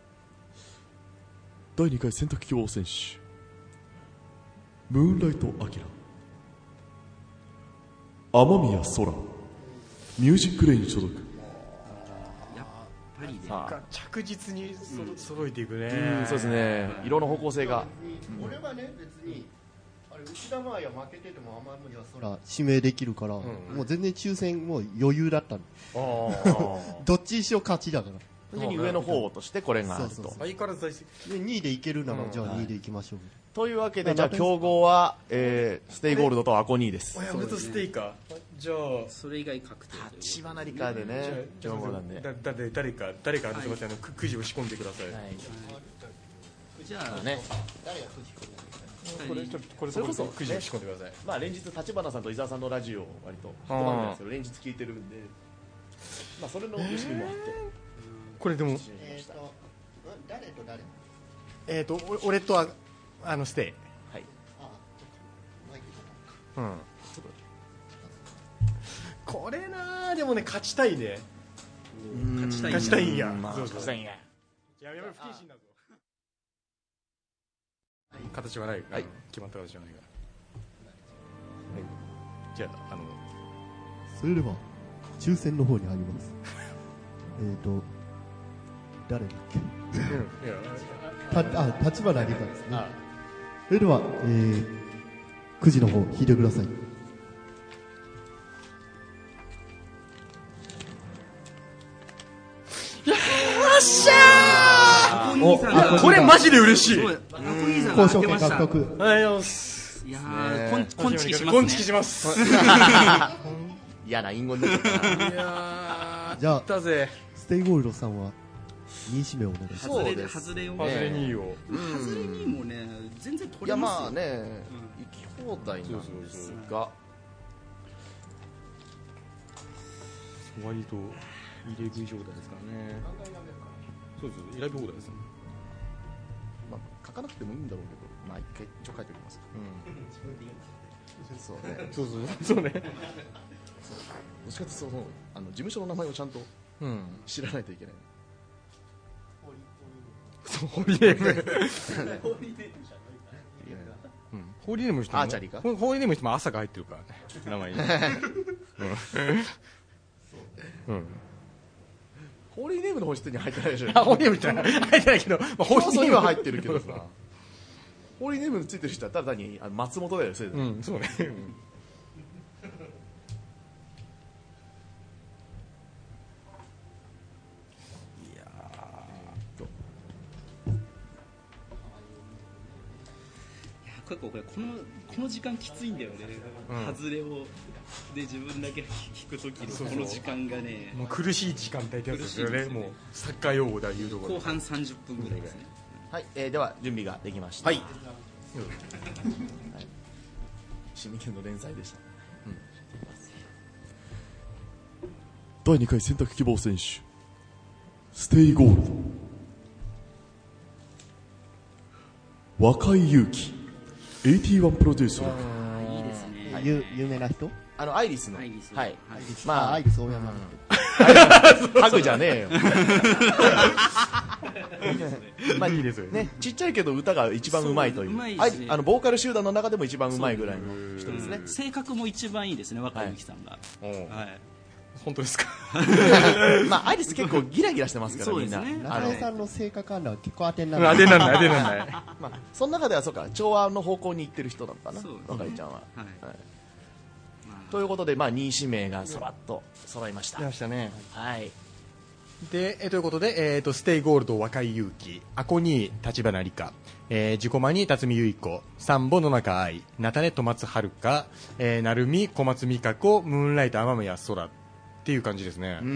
[SPEAKER 8] だいにかい選択希望選手ムーンライトアキラ雨宮空ミュージックレイン所属。
[SPEAKER 3] 着実に揃えていくね。
[SPEAKER 2] そうですね。色の方向性が。
[SPEAKER 1] 俺はね別にあれ内田真礼は負けてても雨宮空指名できるからもう全然抽選もう余裕だったの。どっちにしろ勝ちだから。
[SPEAKER 2] それに上の方としてこれがあると。
[SPEAKER 3] 相変わらず
[SPEAKER 1] でにいでいけるならじゃあにいでいきましょう。
[SPEAKER 2] というわけでじゃあ競合はえステイゴールドとアコニーです。
[SPEAKER 3] 俺とステイか。じゃあ
[SPEAKER 5] それ以外確定。
[SPEAKER 2] 立花理科でね。
[SPEAKER 3] じゃあ誰誰か誰かあのすみませんあのくじを仕込んでください。
[SPEAKER 5] じゃあ
[SPEAKER 2] ね。
[SPEAKER 5] 誰がくじ込んで
[SPEAKER 3] これちょっとこれそれこそくじを仕込んでください。
[SPEAKER 2] まあ連日立花さんと伊沢さんのラジオを割と一晩なんですけど連日聞いてるんで、まあそれの意識もあって。
[SPEAKER 3] これでも
[SPEAKER 1] えっと誰と誰？
[SPEAKER 3] えっと俺とああのステイ。
[SPEAKER 2] はい。
[SPEAKER 3] うん。これなでもね勝ちたいね。
[SPEAKER 5] 勝ちたい。
[SPEAKER 3] 勝ちたいんや。
[SPEAKER 2] 勝ちたいんや。
[SPEAKER 3] やめろ不謹慎だぞ。形はない。はい。決まった形はないが。はい。じゃああの
[SPEAKER 1] それでは抽選の方に入ります。えっと誰だっけ？たあ立花理香ですね。それでは、えー、くじの方引いてください。
[SPEAKER 3] っしゃー、これマジで嬉しい。
[SPEAKER 6] 交渉権獲得。
[SPEAKER 3] はい、よ
[SPEAKER 5] し。いやー、こん、こんちきしますね。
[SPEAKER 3] こんちきします。
[SPEAKER 2] 嫌な隠語になっちゃったな。
[SPEAKER 3] いやー、
[SPEAKER 1] じゃあ
[SPEAKER 3] だぜ。
[SPEAKER 1] ステイゴールドさんはに指名をお願いします。
[SPEAKER 5] 外れで、外れを。
[SPEAKER 3] 外れにいいよ。
[SPEAKER 5] 外れにもね、全然取
[SPEAKER 2] いや
[SPEAKER 5] れますよ。
[SPEAKER 2] まあね、行き放題なんですが、
[SPEAKER 3] 割と入れ食い状態ですからね。そうです、選び放題ですね。
[SPEAKER 2] まあ書かなくてもいいんだろうけど、まあ一回一応書いておきます。うん。そうね。
[SPEAKER 3] そうそうそうね。
[SPEAKER 2] どっちかというとそのあの事務所の名前をちゃんと知らないといけない。
[SPEAKER 3] そうホーリーネーム。ホーリーネームじゃない。うん。ホーリーネームしても
[SPEAKER 2] アーチャリーか。
[SPEAKER 3] ホーリーネームしても朝が入ってるからね。名前に。うん。
[SPEAKER 2] ホーリーネームの本質に入ってないでしょ。
[SPEAKER 3] あ、ホーリーネームって入ってないけど、まあ、
[SPEAKER 2] ホーリーネームには入ってるけどさ。ホーリーネームについてる人はただ単にあの松本だよ、それで。
[SPEAKER 3] うん、そうね。
[SPEAKER 5] 結構これこのこの時間きついんだよね、うん、外れをで自分だけ引くときのこの時間がね、
[SPEAKER 3] もう苦しい時間帯ってやつですよね。もうサッカー用語で言うところ
[SPEAKER 5] 後半さんじゅっぷんぐらいですね。
[SPEAKER 2] はい、えー、では準備ができました。
[SPEAKER 3] はい、はい、
[SPEAKER 2] 新日の連載でした、うん、
[SPEAKER 8] だいにかい選択希望選手ステイゴールド若井勇気エイティワンプロデュース。
[SPEAKER 5] いいですね。
[SPEAKER 1] はい、有名な人？
[SPEAKER 2] あのアイリスの。
[SPEAKER 5] アイリス。
[SPEAKER 2] はい。
[SPEAKER 5] アイリス。
[SPEAKER 2] まあ
[SPEAKER 1] アイリス大山。
[SPEAKER 2] ハグじゃねえよ。
[SPEAKER 3] まあいいですよ
[SPEAKER 2] ね。ちっちゃいけど歌が一番うまいという。
[SPEAKER 5] うまい
[SPEAKER 2] ああのボーカル集団の中でも一番うまいぐらいの人ですね。
[SPEAKER 5] 性格も一番いいですね、若井由紀さんが。はい。
[SPEAKER 3] 本当ですか。
[SPEAKER 2] まあアイリス結構ギラギラしてますからみんな。
[SPEAKER 1] 中江さんの性格あるのは結構当てになる。
[SPEAKER 3] 当てにならない当てにならない。
[SPEAKER 2] まあその中ではそうか調和の方向に行ってる人なのかな、若井ちゃんは。ということでまあに指名がそらっと揃いました。
[SPEAKER 3] 出ましたね。
[SPEAKER 2] はい。
[SPEAKER 3] でえということでえっとステイゴールド若井勇気、アコに立花理香、えー、ジコマに辰巳ゆい子、サンボ野中愛、菜種戸松遥香、えー、成海小松美香子、ムーンライト雨宮空っていう感じですね。うん、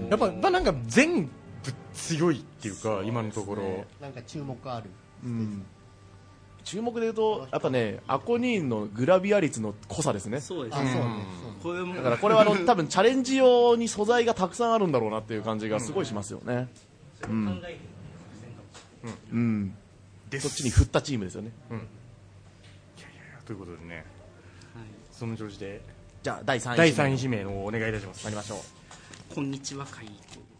[SPEAKER 3] やっぱ、まあ、なんか全部強いっていうか、今のところ、ね、
[SPEAKER 1] なんか注目ある、
[SPEAKER 2] うん、注目で言うとやっぱねアコニーンのグラビア率の濃さですね。
[SPEAKER 5] そうですね、
[SPEAKER 2] うん、だからこれはあの多分チャレンジ用に素材がたくさんあるんだろうなっていう感じがすごいしますよね。うん、うんうん、そっちに振ったチームですよね。うん、いやい
[SPEAKER 3] やいやということでね、はい、その調子で
[SPEAKER 2] じゃあだいさん
[SPEAKER 3] い指名のお願いいたします。
[SPEAKER 2] 参りましょ
[SPEAKER 5] う。こんにちは会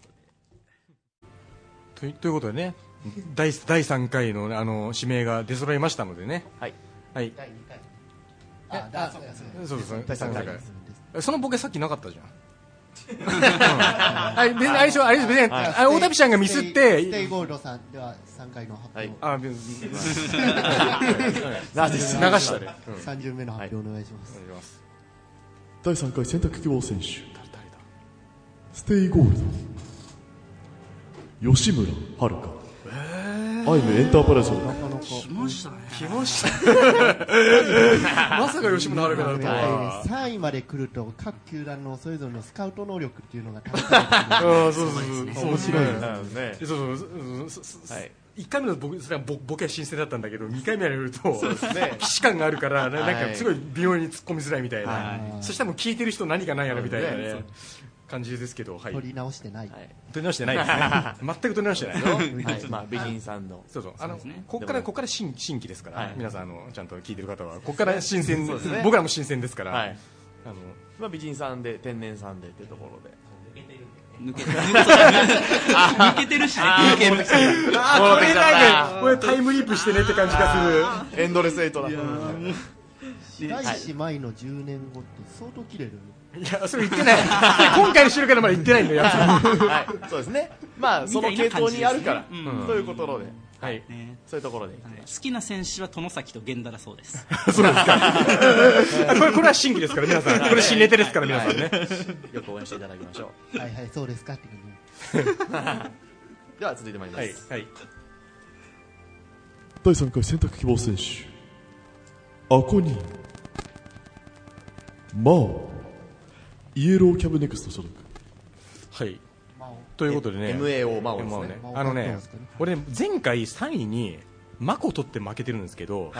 [SPEAKER 3] ということでということでね、だいだいさんかいの、あの指名が出揃いましたのでね。
[SPEAKER 2] はい
[SPEAKER 3] はい。
[SPEAKER 1] だいにかい。ああ
[SPEAKER 3] そうですね。だいさんかい。そのボケさっきなかったじゃん。はい、別に相性あれです別に大旅ちゃんがミスって
[SPEAKER 1] ステイゴールドさんではさんかいの発表。
[SPEAKER 3] あ、別
[SPEAKER 2] に流
[SPEAKER 3] したで。
[SPEAKER 1] さん巡目の発表お願いします。
[SPEAKER 8] だいさんかい選択希望選手ステイゴールド吉村遥香、アイムエンタープライズ。
[SPEAKER 5] 来ましたね。
[SPEAKER 3] 来ましたまさか吉村遥香だとは。
[SPEAKER 1] さんいまで来ると各球団のそれぞれのスカウト能力っていうのが高い。
[SPEAKER 3] そうそうそう、
[SPEAKER 1] 面白いですね。
[SPEAKER 3] そうそうそう、いっかいめの僕それはボボケは新鮮だったんだけどにかいめやると既視感があるからなんかすごい微妙に突っ込みづらいみたいな。そしたらもう聞いてる人何か何やらみたいなね感じですけど、はい、
[SPEAKER 1] 取り直してない、はい、
[SPEAKER 3] 取り直してないですね全く取り直してない、
[SPEAKER 2] はい、まあ美人さんの
[SPEAKER 3] そうそう、あのここからここから新新規ですから、はい、皆さんあのちゃんと聞いてる方はここから新鮮、ね、僕らも新鮮ですから、はい、
[SPEAKER 2] あのまあ美人さんで天然さんでっていうところで
[SPEAKER 5] 抜けてる抜けてるしね、抜けるし
[SPEAKER 3] あこれなんかこれタイムリープしてねって感じがす
[SPEAKER 2] るエンドレスエイトだ。
[SPEAKER 1] 白石麻衣のじゅうねんごって相当綺麗だよね。
[SPEAKER 3] いや、それ言ってない今回の収録からまだ言ってないんだよ、
[SPEAKER 2] はい、そうですね。まあその系統にあるから、うん、ということで、はい、ね、そういうところで、はい、
[SPEAKER 5] 好きな選手は外崎と源田だそうです。
[SPEAKER 3] そうですかこれこれは新規ですから皆さん、これ新ネタですから皆さんね、
[SPEAKER 2] よく応援していただきましょう。
[SPEAKER 1] はいはい、そうですかって
[SPEAKER 2] では続いてまいります。はいはい、
[SPEAKER 8] だいさんかい選択希望選手アコニーマオイエローキャブネクスト所属。
[SPEAKER 3] はいということでね
[SPEAKER 2] エムエーオー マオですね。
[SPEAKER 3] あのね俺前回さんいにマコ取って負けてるんですけど、はい、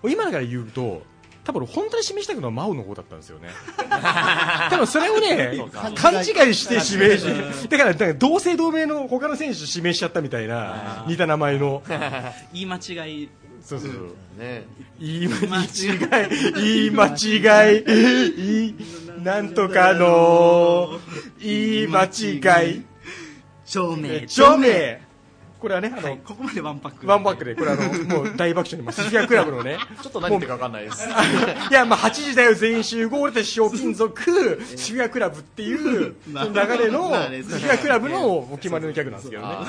[SPEAKER 3] 今から言うと多分本当に指名したくのはマオの方だったんですよね多分それをね勘違いして指名しだから、だから同姓同名の他の選手指名しちゃったみたいな似た名前の
[SPEAKER 5] 言い間違い
[SPEAKER 3] そうそうそう、ね、言い間違い言い間違い言いなんとかの言い間違い
[SPEAKER 5] 証明
[SPEAKER 3] 証明これはね、あの、はい、
[SPEAKER 5] ここまでワンパック
[SPEAKER 3] ワンパックでこれあのもう大爆笑にもスフィアクラブのね
[SPEAKER 2] ちょっと何言ってるか分かんないです
[SPEAKER 3] いやまあはちじだよ全員集合で小金属スフィアクラブっていう流れのスフィアクラブのお決まりの客なんですけどね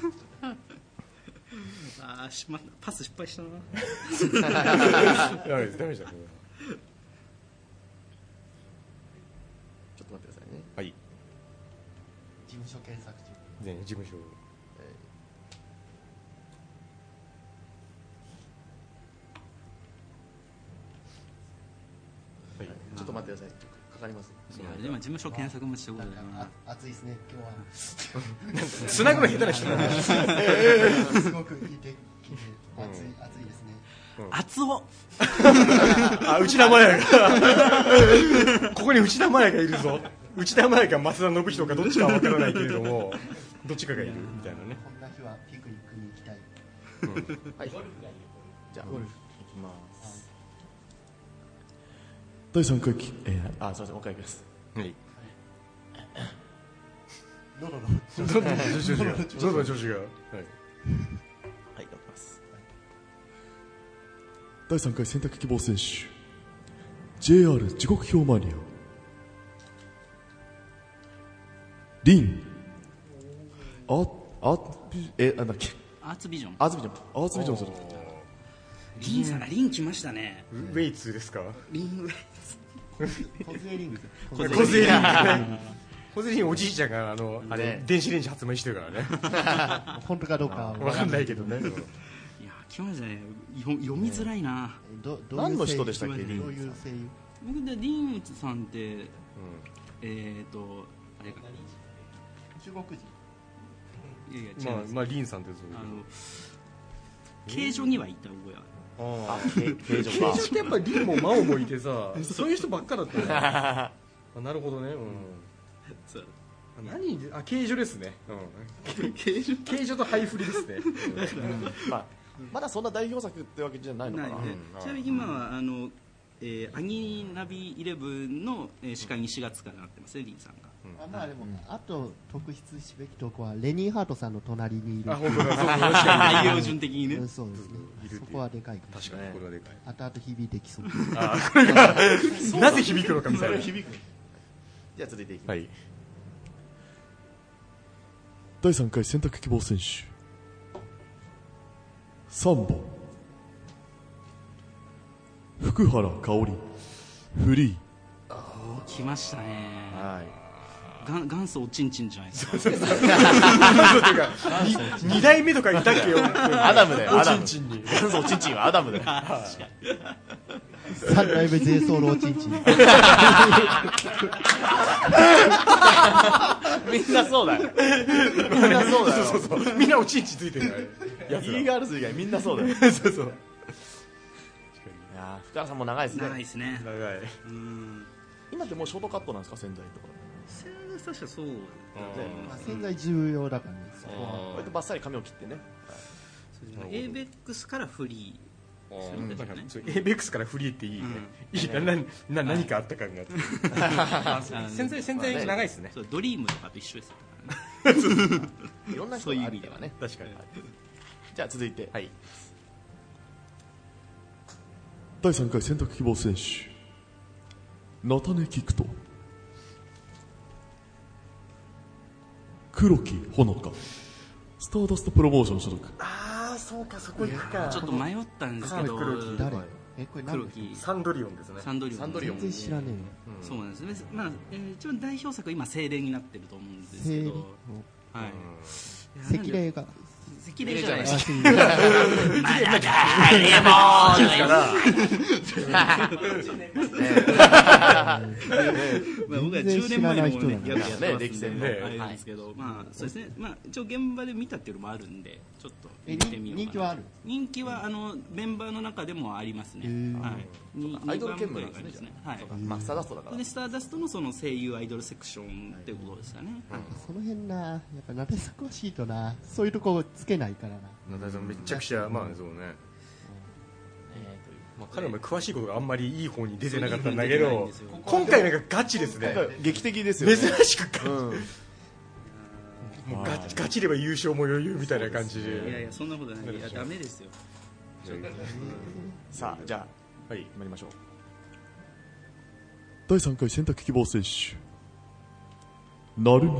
[SPEAKER 5] ああしまったパス失敗したな
[SPEAKER 3] ダメですダメでした。ちょっ
[SPEAKER 2] と待ってくださいね。
[SPEAKER 3] はい。
[SPEAKER 1] 事務所検索中。
[SPEAKER 3] ね事務所。
[SPEAKER 2] はい。ちょっと待ってください。かかります。
[SPEAKER 5] いや今事務所検索もしたことだな。
[SPEAKER 1] 暑いですね今日は。
[SPEAKER 3] つなぐの下手な人なんだ。
[SPEAKER 1] すごくいい天気で暑い暑いですね。
[SPEAKER 5] 熱男
[SPEAKER 3] あ内田真礼がここに内田真礼がいるぞ。内田真礼か松田信人かどっちかは分からないけれどもどっちかがいるみたいなね。
[SPEAKER 1] こんな日はピクニックに行きたい、うん、はい。
[SPEAKER 2] じゃあゴルフ行きます。
[SPEAKER 8] だいさんかいき、
[SPEAKER 2] えー、あすいませんもう一回行きます。はい
[SPEAKER 1] 喉の
[SPEAKER 3] 喉の調子が喉の調子がはい
[SPEAKER 2] はい頑張ります。
[SPEAKER 8] だいさんかい選択希望選手 ジェイアール 時刻表マニアリンああえなんだっけ
[SPEAKER 5] アーツビジョン
[SPEAKER 2] アーツビジョンアーツビジョンする
[SPEAKER 5] リンさんがリン来ましたね。
[SPEAKER 3] ウェイツですか。
[SPEAKER 5] リンウェイ
[SPEAKER 1] ツコズエリング
[SPEAKER 3] コズエリングコズエリングおじいちゃんがあのあれ電子レンジ発売してるからね
[SPEAKER 1] 本当かどうか
[SPEAKER 3] 分かんないけどね。いや
[SPEAKER 5] 来ましたね。読みづらいな。
[SPEAKER 2] ど何の人でしたっけリン
[SPEAKER 1] どういう声優。
[SPEAKER 5] 僕でリンさんってえっとあれか
[SPEAKER 1] 中国人。
[SPEAKER 5] いやいや違う。
[SPEAKER 3] まあまあリンさんってそう
[SPEAKER 5] あの形状にはいた覚えある。
[SPEAKER 2] あ形状
[SPEAKER 3] 形状ってやっぱりリンもマオもいてさそういう人ばっかだったねあなるほどね、うん、そう何あ形状ですね、うん、形状形状とハイフリですね、
[SPEAKER 2] うんまあ、まだそんな代表作ってわけじゃないのかな、ね
[SPEAKER 5] うん、ちなみに今はあの、えー、アニナビイレブンの、えー、司会にしがつからなってますねリンさんが。
[SPEAKER 1] あまあでも、うん、あと特筆すべきとこはレニー・ハートさんの隣にいる。
[SPEAKER 3] あ本当だそう
[SPEAKER 5] 内容順的にね、
[SPEAKER 1] うん、そうですね。そこはでかいかもしれない。
[SPEAKER 3] 確かにこれはでかい。
[SPEAKER 1] あとあと響いてきそう。
[SPEAKER 3] あこれがなぜ響くのかみたいな。
[SPEAKER 2] 響く。じゃあ続いていきます。
[SPEAKER 3] はい。
[SPEAKER 8] だいさんかい選択希望選手さんぼん福原香織フリー。
[SPEAKER 5] 来ましたね。
[SPEAKER 2] はい。
[SPEAKER 5] が元祖おちんちんじゃないですか。
[SPEAKER 3] 二代目とかいたっけよ。
[SPEAKER 2] アダムだよ。
[SPEAKER 3] おちんちんに。
[SPEAKER 2] 元祖おちんちんはアダムだよ。
[SPEAKER 1] 三代目ゼイソールおちんちん。
[SPEAKER 2] みんなそうだよ。みんなそうだよ。
[SPEAKER 3] そうそうそう。みんなおちんちんついてるから。
[SPEAKER 2] イーガールズ以外みんなそうだよ。
[SPEAKER 3] そうそう。
[SPEAKER 2] いや福原さんも長いですね。
[SPEAKER 5] 長いですね。
[SPEAKER 3] 長い。
[SPEAKER 5] うん。
[SPEAKER 2] 今ってもうショートカットなんですか仙台とか。
[SPEAKER 5] 仙台確かそう。
[SPEAKER 1] 仙台重要だからね。そこは
[SPEAKER 2] 割とバッサリ髪を切ってね。
[SPEAKER 5] エーベックスからフリー。
[SPEAKER 3] エーベックスからフリーっていいね。いいなな何かあった感があって。仙台仙台長いですね。
[SPEAKER 5] ドリームとかと一緒ですよ。
[SPEAKER 2] いろんな人があるからね。
[SPEAKER 3] 確かに。
[SPEAKER 2] じゃあ続いて。はい。
[SPEAKER 8] だいさんかい選択希望選手菜種菊人黒木ほのかスターダストプロモーション所属。
[SPEAKER 3] ああそうかそこ行くか。
[SPEAKER 5] ちょっと迷ったんですけど。
[SPEAKER 1] 誰？えこれ
[SPEAKER 5] 黒木
[SPEAKER 3] サンドリオンですね。
[SPEAKER 5] サンドリオン。
[SPEAKER 2] サンドリオン。
[SPEAKER 1] 全然知らね
[SPEAKER 5] え。そうなんですね。まあ一番代表作は今精霊になってると思うんですけど。はい。
[SPEAKER 1] 赤霊が
[SPEAKER 5] 赤霊じゃないですか。
[SPEAKER 7] まだ誰
[SPEAKER 5] も僕はじゅうねんまえのね役者
[SPEAKER 2] ね歴戦
[SPEAKER 5] であれなんですけど、まあそうですね。まあ一応現場で見たっていうのもあるんで、ちょっと見てみようかな。
[SPEAKER 1] 人気はある？
[SPEAKER 5] 人気はあのメンバーの中でもありますね。はい。
[SPEAKER 2] アイドル兼務なんですね。
[SPEAKER 5] はい。
[SPEAKER 2] まあスターダストだから。
[SPEAKER 5] でスターダストのその声優アイドルセクションっていうことですよね。
[SPEAKER 1] その辺な、やっぱなべさ詳しいとな、そういうとこつけないからな。
[SPEAKER 3] なべさんめちゃくちゃまあそうね。まあ、彼も詳しいことがあんまりいい方に出てなかったんだけど、今回なんかガチですね。
[SPEAKER 2] 劇的ですよね。
[SPEAKER 3] 珍しくガチ、うん、もうガチガチれば優勝も余裕みたいな感じで。
[SPEAKER 5] いやいやそんなことない。いやダメですよ。
[SPEAKER 2] さあじゃあはい参りましょう。
[SPEAKER 8] だいさんかい選択希望選手なる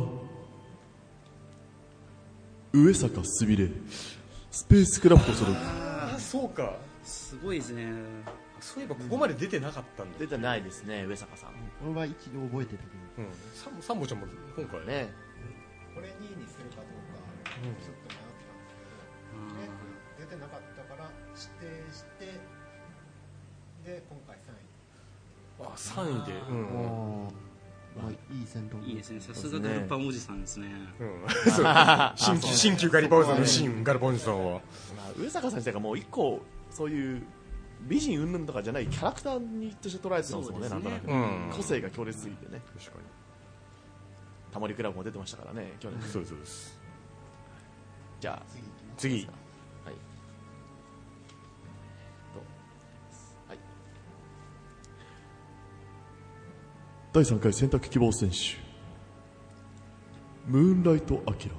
[SPEAKER 8] み上坂すみれスペースクラフト所属。
[SPEAKER 3] ああそうか。
[SPEAKER 5] すごいですね。
[SPEAKER 3] そういえばここまで出てなかったんだ。
[SPEAKER 2] 出てないですね上坂さん。
[SPEAKER 1] 俺は一度覚えてるけど。
[SPEAKER 3] うん。サンサンボちゃんも今回
[SPEAKER 2] ね。
[SPEAKER 6] これにいにするかどうかちょっと迷ったんですけど、出てなかったから指定してで今回さんい。
[SPEAKER 3] あさんいで。うん。
[SPEAKER 1] まあ、いい戦闘
[SPEAKER 5] いいですね。さすがガルパンおじさんですね。
[SPEAKER 3] うん、新旧新旧ガリパンおじさんの新ガルパンおじさんは、
[SPEAKER 2] まあ、上坂先生がもう一個そういう美人云々とかじゃないキャラクターにとして捉えてたんですもんね。なんとなく、うん、個性が強烈すぎてね。
[SPEAKER 3] 確かに。
[SPEAKER 2] タモリクラブも出てましたからね去年。
[SPEAKER 3] そうですそうです。
[SPEAKER 2] じゃあ
[SPEAKER 3] 次。
[SPEAKER 2] はい。はい。
[SPEAKER 8] だいさんかい選択希望選手ムーンライトアキラ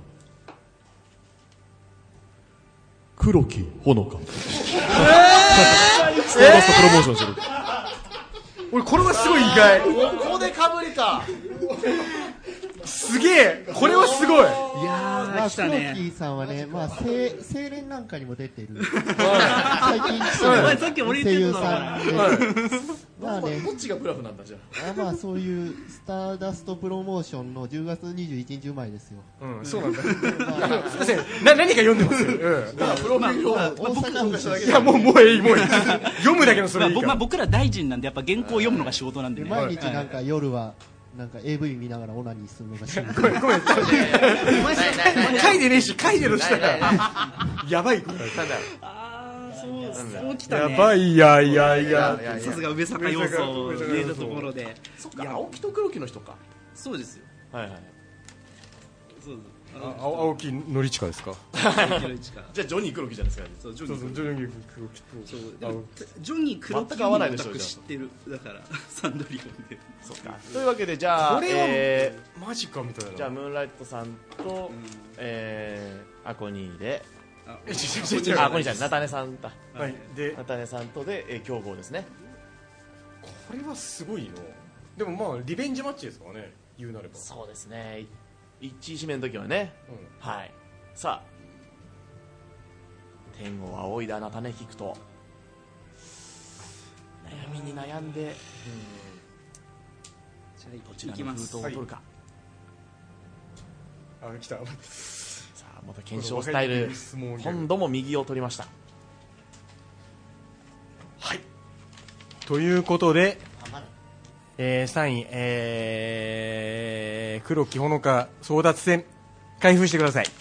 [SPEAKER 8] 黒木ほのかスターダストプロモーションする。
[SPEAKER 3] 俺これはすごい意外。
[SPEAKER 2] ここでかぶりか。
[SPEAKER 3] すげえ。これはすごい。い
[SPEAKER 5] やー、
[SPEAKER 1] まあ、
[SPEAKER 5] 来たね。
[SPEAKER 1] 黒木さんはね、まあ、精霊なんかにも出てる。最近
[SPEAKER 5] さっき俺言ってた
[SPEAKER 1] さんで。まあね、
[SPEAKER 2] どっちがブラフなんだじゃ
[SPEAKER 1] あ。まあそういうスターダストプロモーションのじゅうがつにじゅういちにち生まれですよ。
[SPEAKER 3] うん、そうなんだ。すみません。な何か読んでますよ。うん。
[SPEAKER 2] プロフィールを大
[SPEAKER 1] 阪府出身。
[SPEAKER 3] いやもうもういいもういい。読むだけのそれいいから。
[SPEAKER 5] まあ僕ら大臣なんでやっぱ原稿を読むのが仕事なんでね。
[SPEAKER 1] 毎日なんか夜は。なんか エーブイ 見ながらオナニーするのが仕事。
[SPEAKER 3] ごめんごめん。書いてねえし書いてるしたらやばい。
[SPEAKER 5] ああそうそうきたね。
[SPEAKER 3] やばいいやいやいや。
[SPEAKER 5] さすが上坂要素を入れるところで。
[SPEAKER 2] そっか青木と黒木の人か。
[SPEAKER 5] そうですよ。
[SPEAKER 2] はいはい。
[SPEAKER 5] そうです。
[SPEAKER 3] 青木のりちかですか。
[SPEAKER 2] じゃあジョニー黒木じゃないですか。
[SPEAKER 5] そうジ
[SPEAKER 3] ョニー黒木
[SPEAKER 5] とジョニー黒木は知ってる。だからサンドリオンで。
[SPEAKER 2] そうか。というわけでじゃあ
[SPEAKER 3] これはマジかみたいな。
[SPEAKER 2] じゃあムーンライトさんとえアコニーで。
[SPEAKER 3] あ、
[SPEAKER 2] アコニーじゃない、菜種さんだ。
[SPEAKER 3] はい。で
[SPEAKER 2] 菜種さんとで競合ですね。
[SPEAKER 3] これはすごいの。でもまあリベンジマッチですからね。言うなれば。
[SPEAKER 2] そうですね。一致指名の時はね、うん、はい。さあ天を仰いだ菜種聞くと悩みに悩んで、うん、
[SPEAKER 5] じゃあ
[SPEAKER 2] どちらの封筒を取るか、
[SPEAKER 3] はい、あ来た。
[SPEAKER 2] さあまた検証スタイル今度も右を取りました。
[SPEAKER 3] はいということでえー、さんい、えー、黒木ほのか争奪戦開封してください。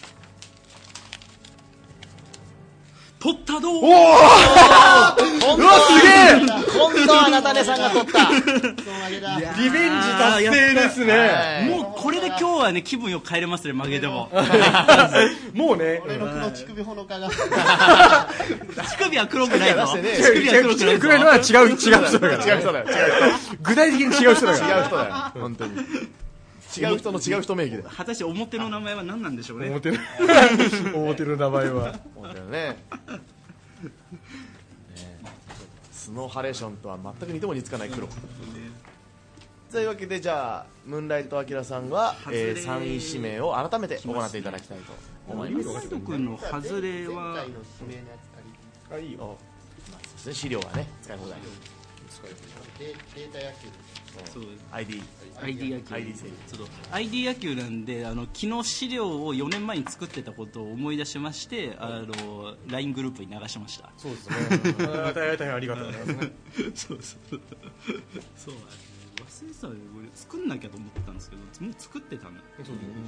[SPEAKER 5] 取ったどう。
[SPEAKER 3] おおうわすげえ。
[SPEAKER 2] 今度は菜種さんが取った
[SPEAKER 3] リベンジ達成ですね。
[SPEAKER 5] もうこれで今日はね気分よく帰れますね。負けでも
[SPEAKER 3] もうね
[SPEAKER 1] 俺の黒乳首ほのかが乳
[SPEAKER 5] 首は黒くないぞ。乳
[SPEAKER 3] 首は黒くないぞ。黒いのは違う違う人だから
[SPEAKER 2] 違う人だよ。
[SPEAKER 3] 具体的に違う人だから
[SPEAKER 2] 違う人だよ本当に。違う人の違う人名義で。
[SPEAKER 5] 果たして表の名前は何なんでしょうね。
[SPEAKER 3] 表の表の名前は
[SPEAKER 2] 表のね。スノーハレーションとは全く似ても似つかない黒。というわけでじゃあムーンライトアキラさんは、えー、さんい指名を改めて行っていただきたいと思います。
[SPEAKER 5] ムーンライト君の外れは
[SPEAKER 2] あいいよ。そうですね資料はね使い放題。
[SPEAKER 1] データ野球、
[SPEAKER 5] そう
[SPEAKER 2] アイディー
[SPEAKER 5] アイディー 野球
[SPEAKER 2] アイディー 制
[SPEAKER 5] ちょっと アイディー 野球なんで、あの昨日資料をよねんまえに作ってたことを思い出しまして、あの ライン グループに流しました。
[SPEAKER 3] そうですね。大変ありがとうございますね。
[SPEAKER 5] そうそうそう忘れてたよ。俺作んなきゃと思ってたんですけど、もう作ってたんだ。
[SPEAKER 3] そうそうなん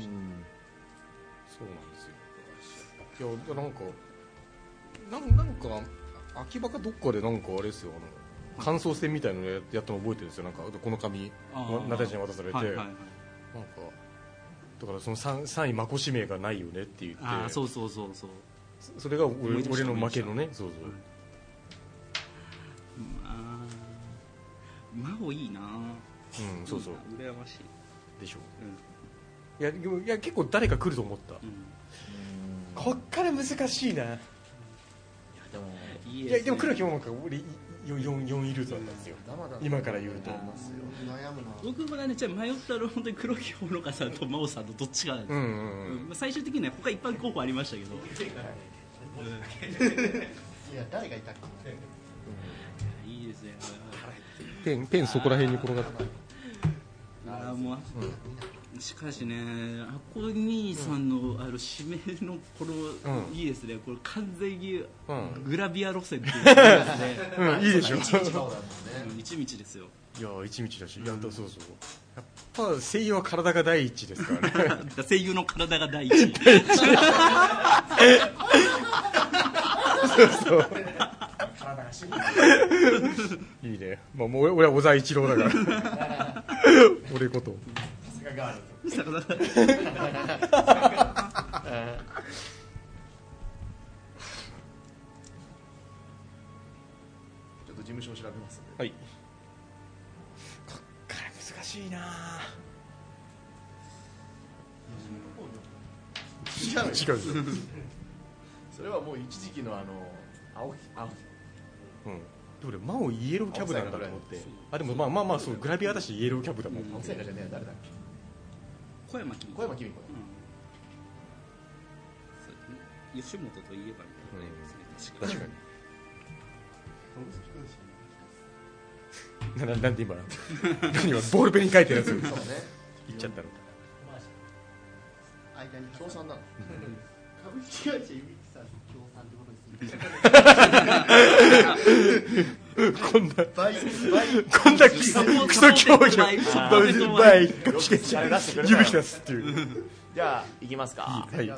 [SPEAKER 3] ですよ。いやなんかなんなんか秋葉かどっかでなんかあれですよ、あの感想戦みたいなのやったの覚えてるんですよ。なんかこの紙ナタちゃんに渡されて、はいはいはい、なんかだからその 3, 3位マコ指名がないよねって言って、
[SPEAKER 5] あそうそうそうそう、
[SPEAKER 3] それが 俺, 俺の負けのね、そうそう、
[SPEAKER 5] うん、まあマゴいいな、
[SPEAKER 3] うん、そうそう、
[SPEAKER 5] 羨ましい
[SPEAKER 3] でしょ、うん、いやでもいや結構誰か来ると思った、うん、こっから難しいな。いや
[SPEAKER 2] でも
[SPEAKER 3] いい、ね、いやでも黒木も俺 4, 4, 4いるとなんですよ、今から言うと。
[SPEAKER 5] 僕もね、ちょっと迷ったのは本当に黒木ほのかさんと真央さんとどっちかなんですよ、うんうんうん、最終的には他一般候補ありましたけど
[SPEAKER 1] いや誰がいたっけ、
[SPEAKER 5] うん、いいですね、
[SPEAKER 3] ペンペンそこら辺に転がって
[SPEAKER 5] あもう、うん、しかしね、アコ兄さんの、うん、あの指名のこの、うん、いいですね、これ完全にグラビア路線っていうですね、
[SPEAKER 3] うん、いいでしょ、
[SPEAKER 5] 一道ですよ。
[SPEAKER 3] いや一道だし、うん、やそうそう、やっぱ声優は体が第一ですからね
[SPEAKER 5] 声優の体が第一そう
[SPEAKER 3] そういいね、まあ、もう俺は小沢一郎だから俺こと
[SPEAKER 2] さすがガールちょっと事務所を調べますので、
[SPEAKER 3] はい、こっから難しいな。
[SPEAKER 2] 違う
[SPEAKER 3] 違う
[SPEAKER 2] それはもう一時期のあの青木青木、
[SPEAKER 3] うん、でも俺真央イエローキャブなんだと思って、あでもまあまあまあそうグラビアだしイエローキャブだもん。
[SPEAKER 2] 青木さんじゃねえ、誰だっけ、
[SPEAKER 5] 小山君、
[SPEAKER 2] 小山君子、
[SPEAKER 5] うん、吉本といえばみたいな、
[SPEAKER 3] うん、確かにな, なんで今何今ボールペンに書いてるやつそう、ね、言っちゃったの
[SPEAKER 1] 間に
[SPEAKER 2] 協賛なの
[SPEAKER 1] 歌舞伎会社ゆみきさん協賛ってことです
[SPEAKER 3] こんな
[SPEAKER 1] 倍
[SPEAKER 3] こんなクソクソ競技倍株式会社ゆみきですっていう
[SPEAKER 2] じゃあ行きますか。
[SPEAKER 3] はい、
[SPEAKER 2] じゃあ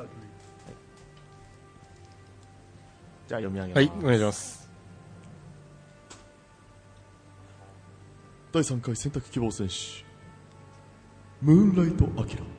[SPEAKER 2] 読み上げます。
[SPEAKER 3] はい、お願いします。
[SPEAKER 8] だいさんかい選択希望選手ムーンライトアキラ、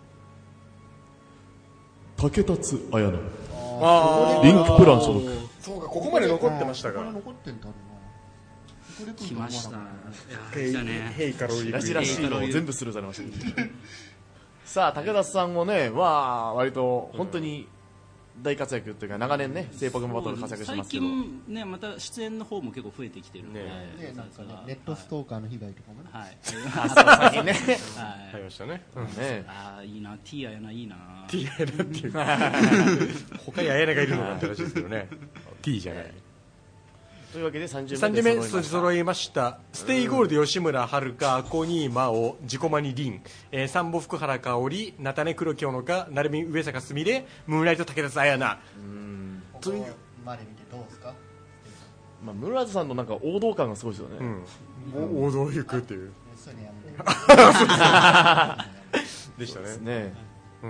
[SPEAKER 8] 竹達彩奈、リンクプラン所属。
[SPEAKER 3] そうか、ここまで残ってましたが、
[SPEAKER 1] 残ってんだろうな。
[SPEAKER 5] 来ました。
[SPEAKER 3] ヘイカロリー
[SPEAKER 2] らしらしいのを全部スルーされましたさあ武田さんもね、まあ割と本当に大活躍というか長年ね聖ポケモンバトル活躍してますけど、
[SPEAKER 5] 最近ねまた出演の方も結構増えてきてるんで、ね
[SPEAKER 1] ね、なんかねネットストーカーの被害とかもね、
[SPEAKER 5] はい、
[SPEAKER 2] 最近ね
[SPEAKER 3] ありましたね。
[SPEAKER 5] ああいいな、T ややないいな、
[SPEAKER 3] T ややなっていう他にあやながいるのかって話ですけどねT じゃない。
[SPEAKER 2] というわけでさんじゅう
[SPEAKER 3] めで揃いました。ステイゴールド吉村遥、アコニー真央、ジコマニリン、えー、サンボ福原香織、菜種黒木穂香、成海上坂すみれ、ムーンライト武田彩奈。
[SPEAKER 1] ここまで見てどうですか。
[SPEAKER 2] まあ、ムーンライトさんのなんか王道感がすごいですよね、
[SPEAKER 3] うん、王道を行くっていうでしたね。
[SPEAKER 2] ね、
[SPEAKER 3] うん、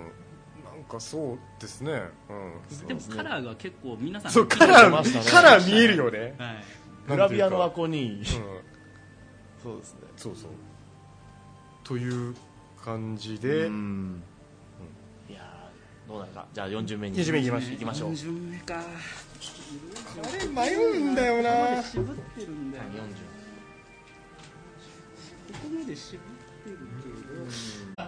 [SPEAKER 3] なんかそうですね、うん、
[SPEAKER 5] でもカラーが結構皆さん
[SPEAKER 3] そうカラー、カラー見えるよね、
[SPEAKER 5] はい、
[SPEAKER 2] グラビアのアコに、うん、そうですね、
[SPEAKER 3] そうそうという感じで、うん、うん、
[SPEAKER 2] いやどうなるか。じゃあよん巡目に
[SPEAKER 3] よん巡目
[SPEAKER 2] 行きましょう。
[SPEAKER 5] よん巡目か、
[SPEAKER 3] これ迷うんだよな。
[SPEAKER 5] 渋ってるんだよ、ここまで渋ってるけど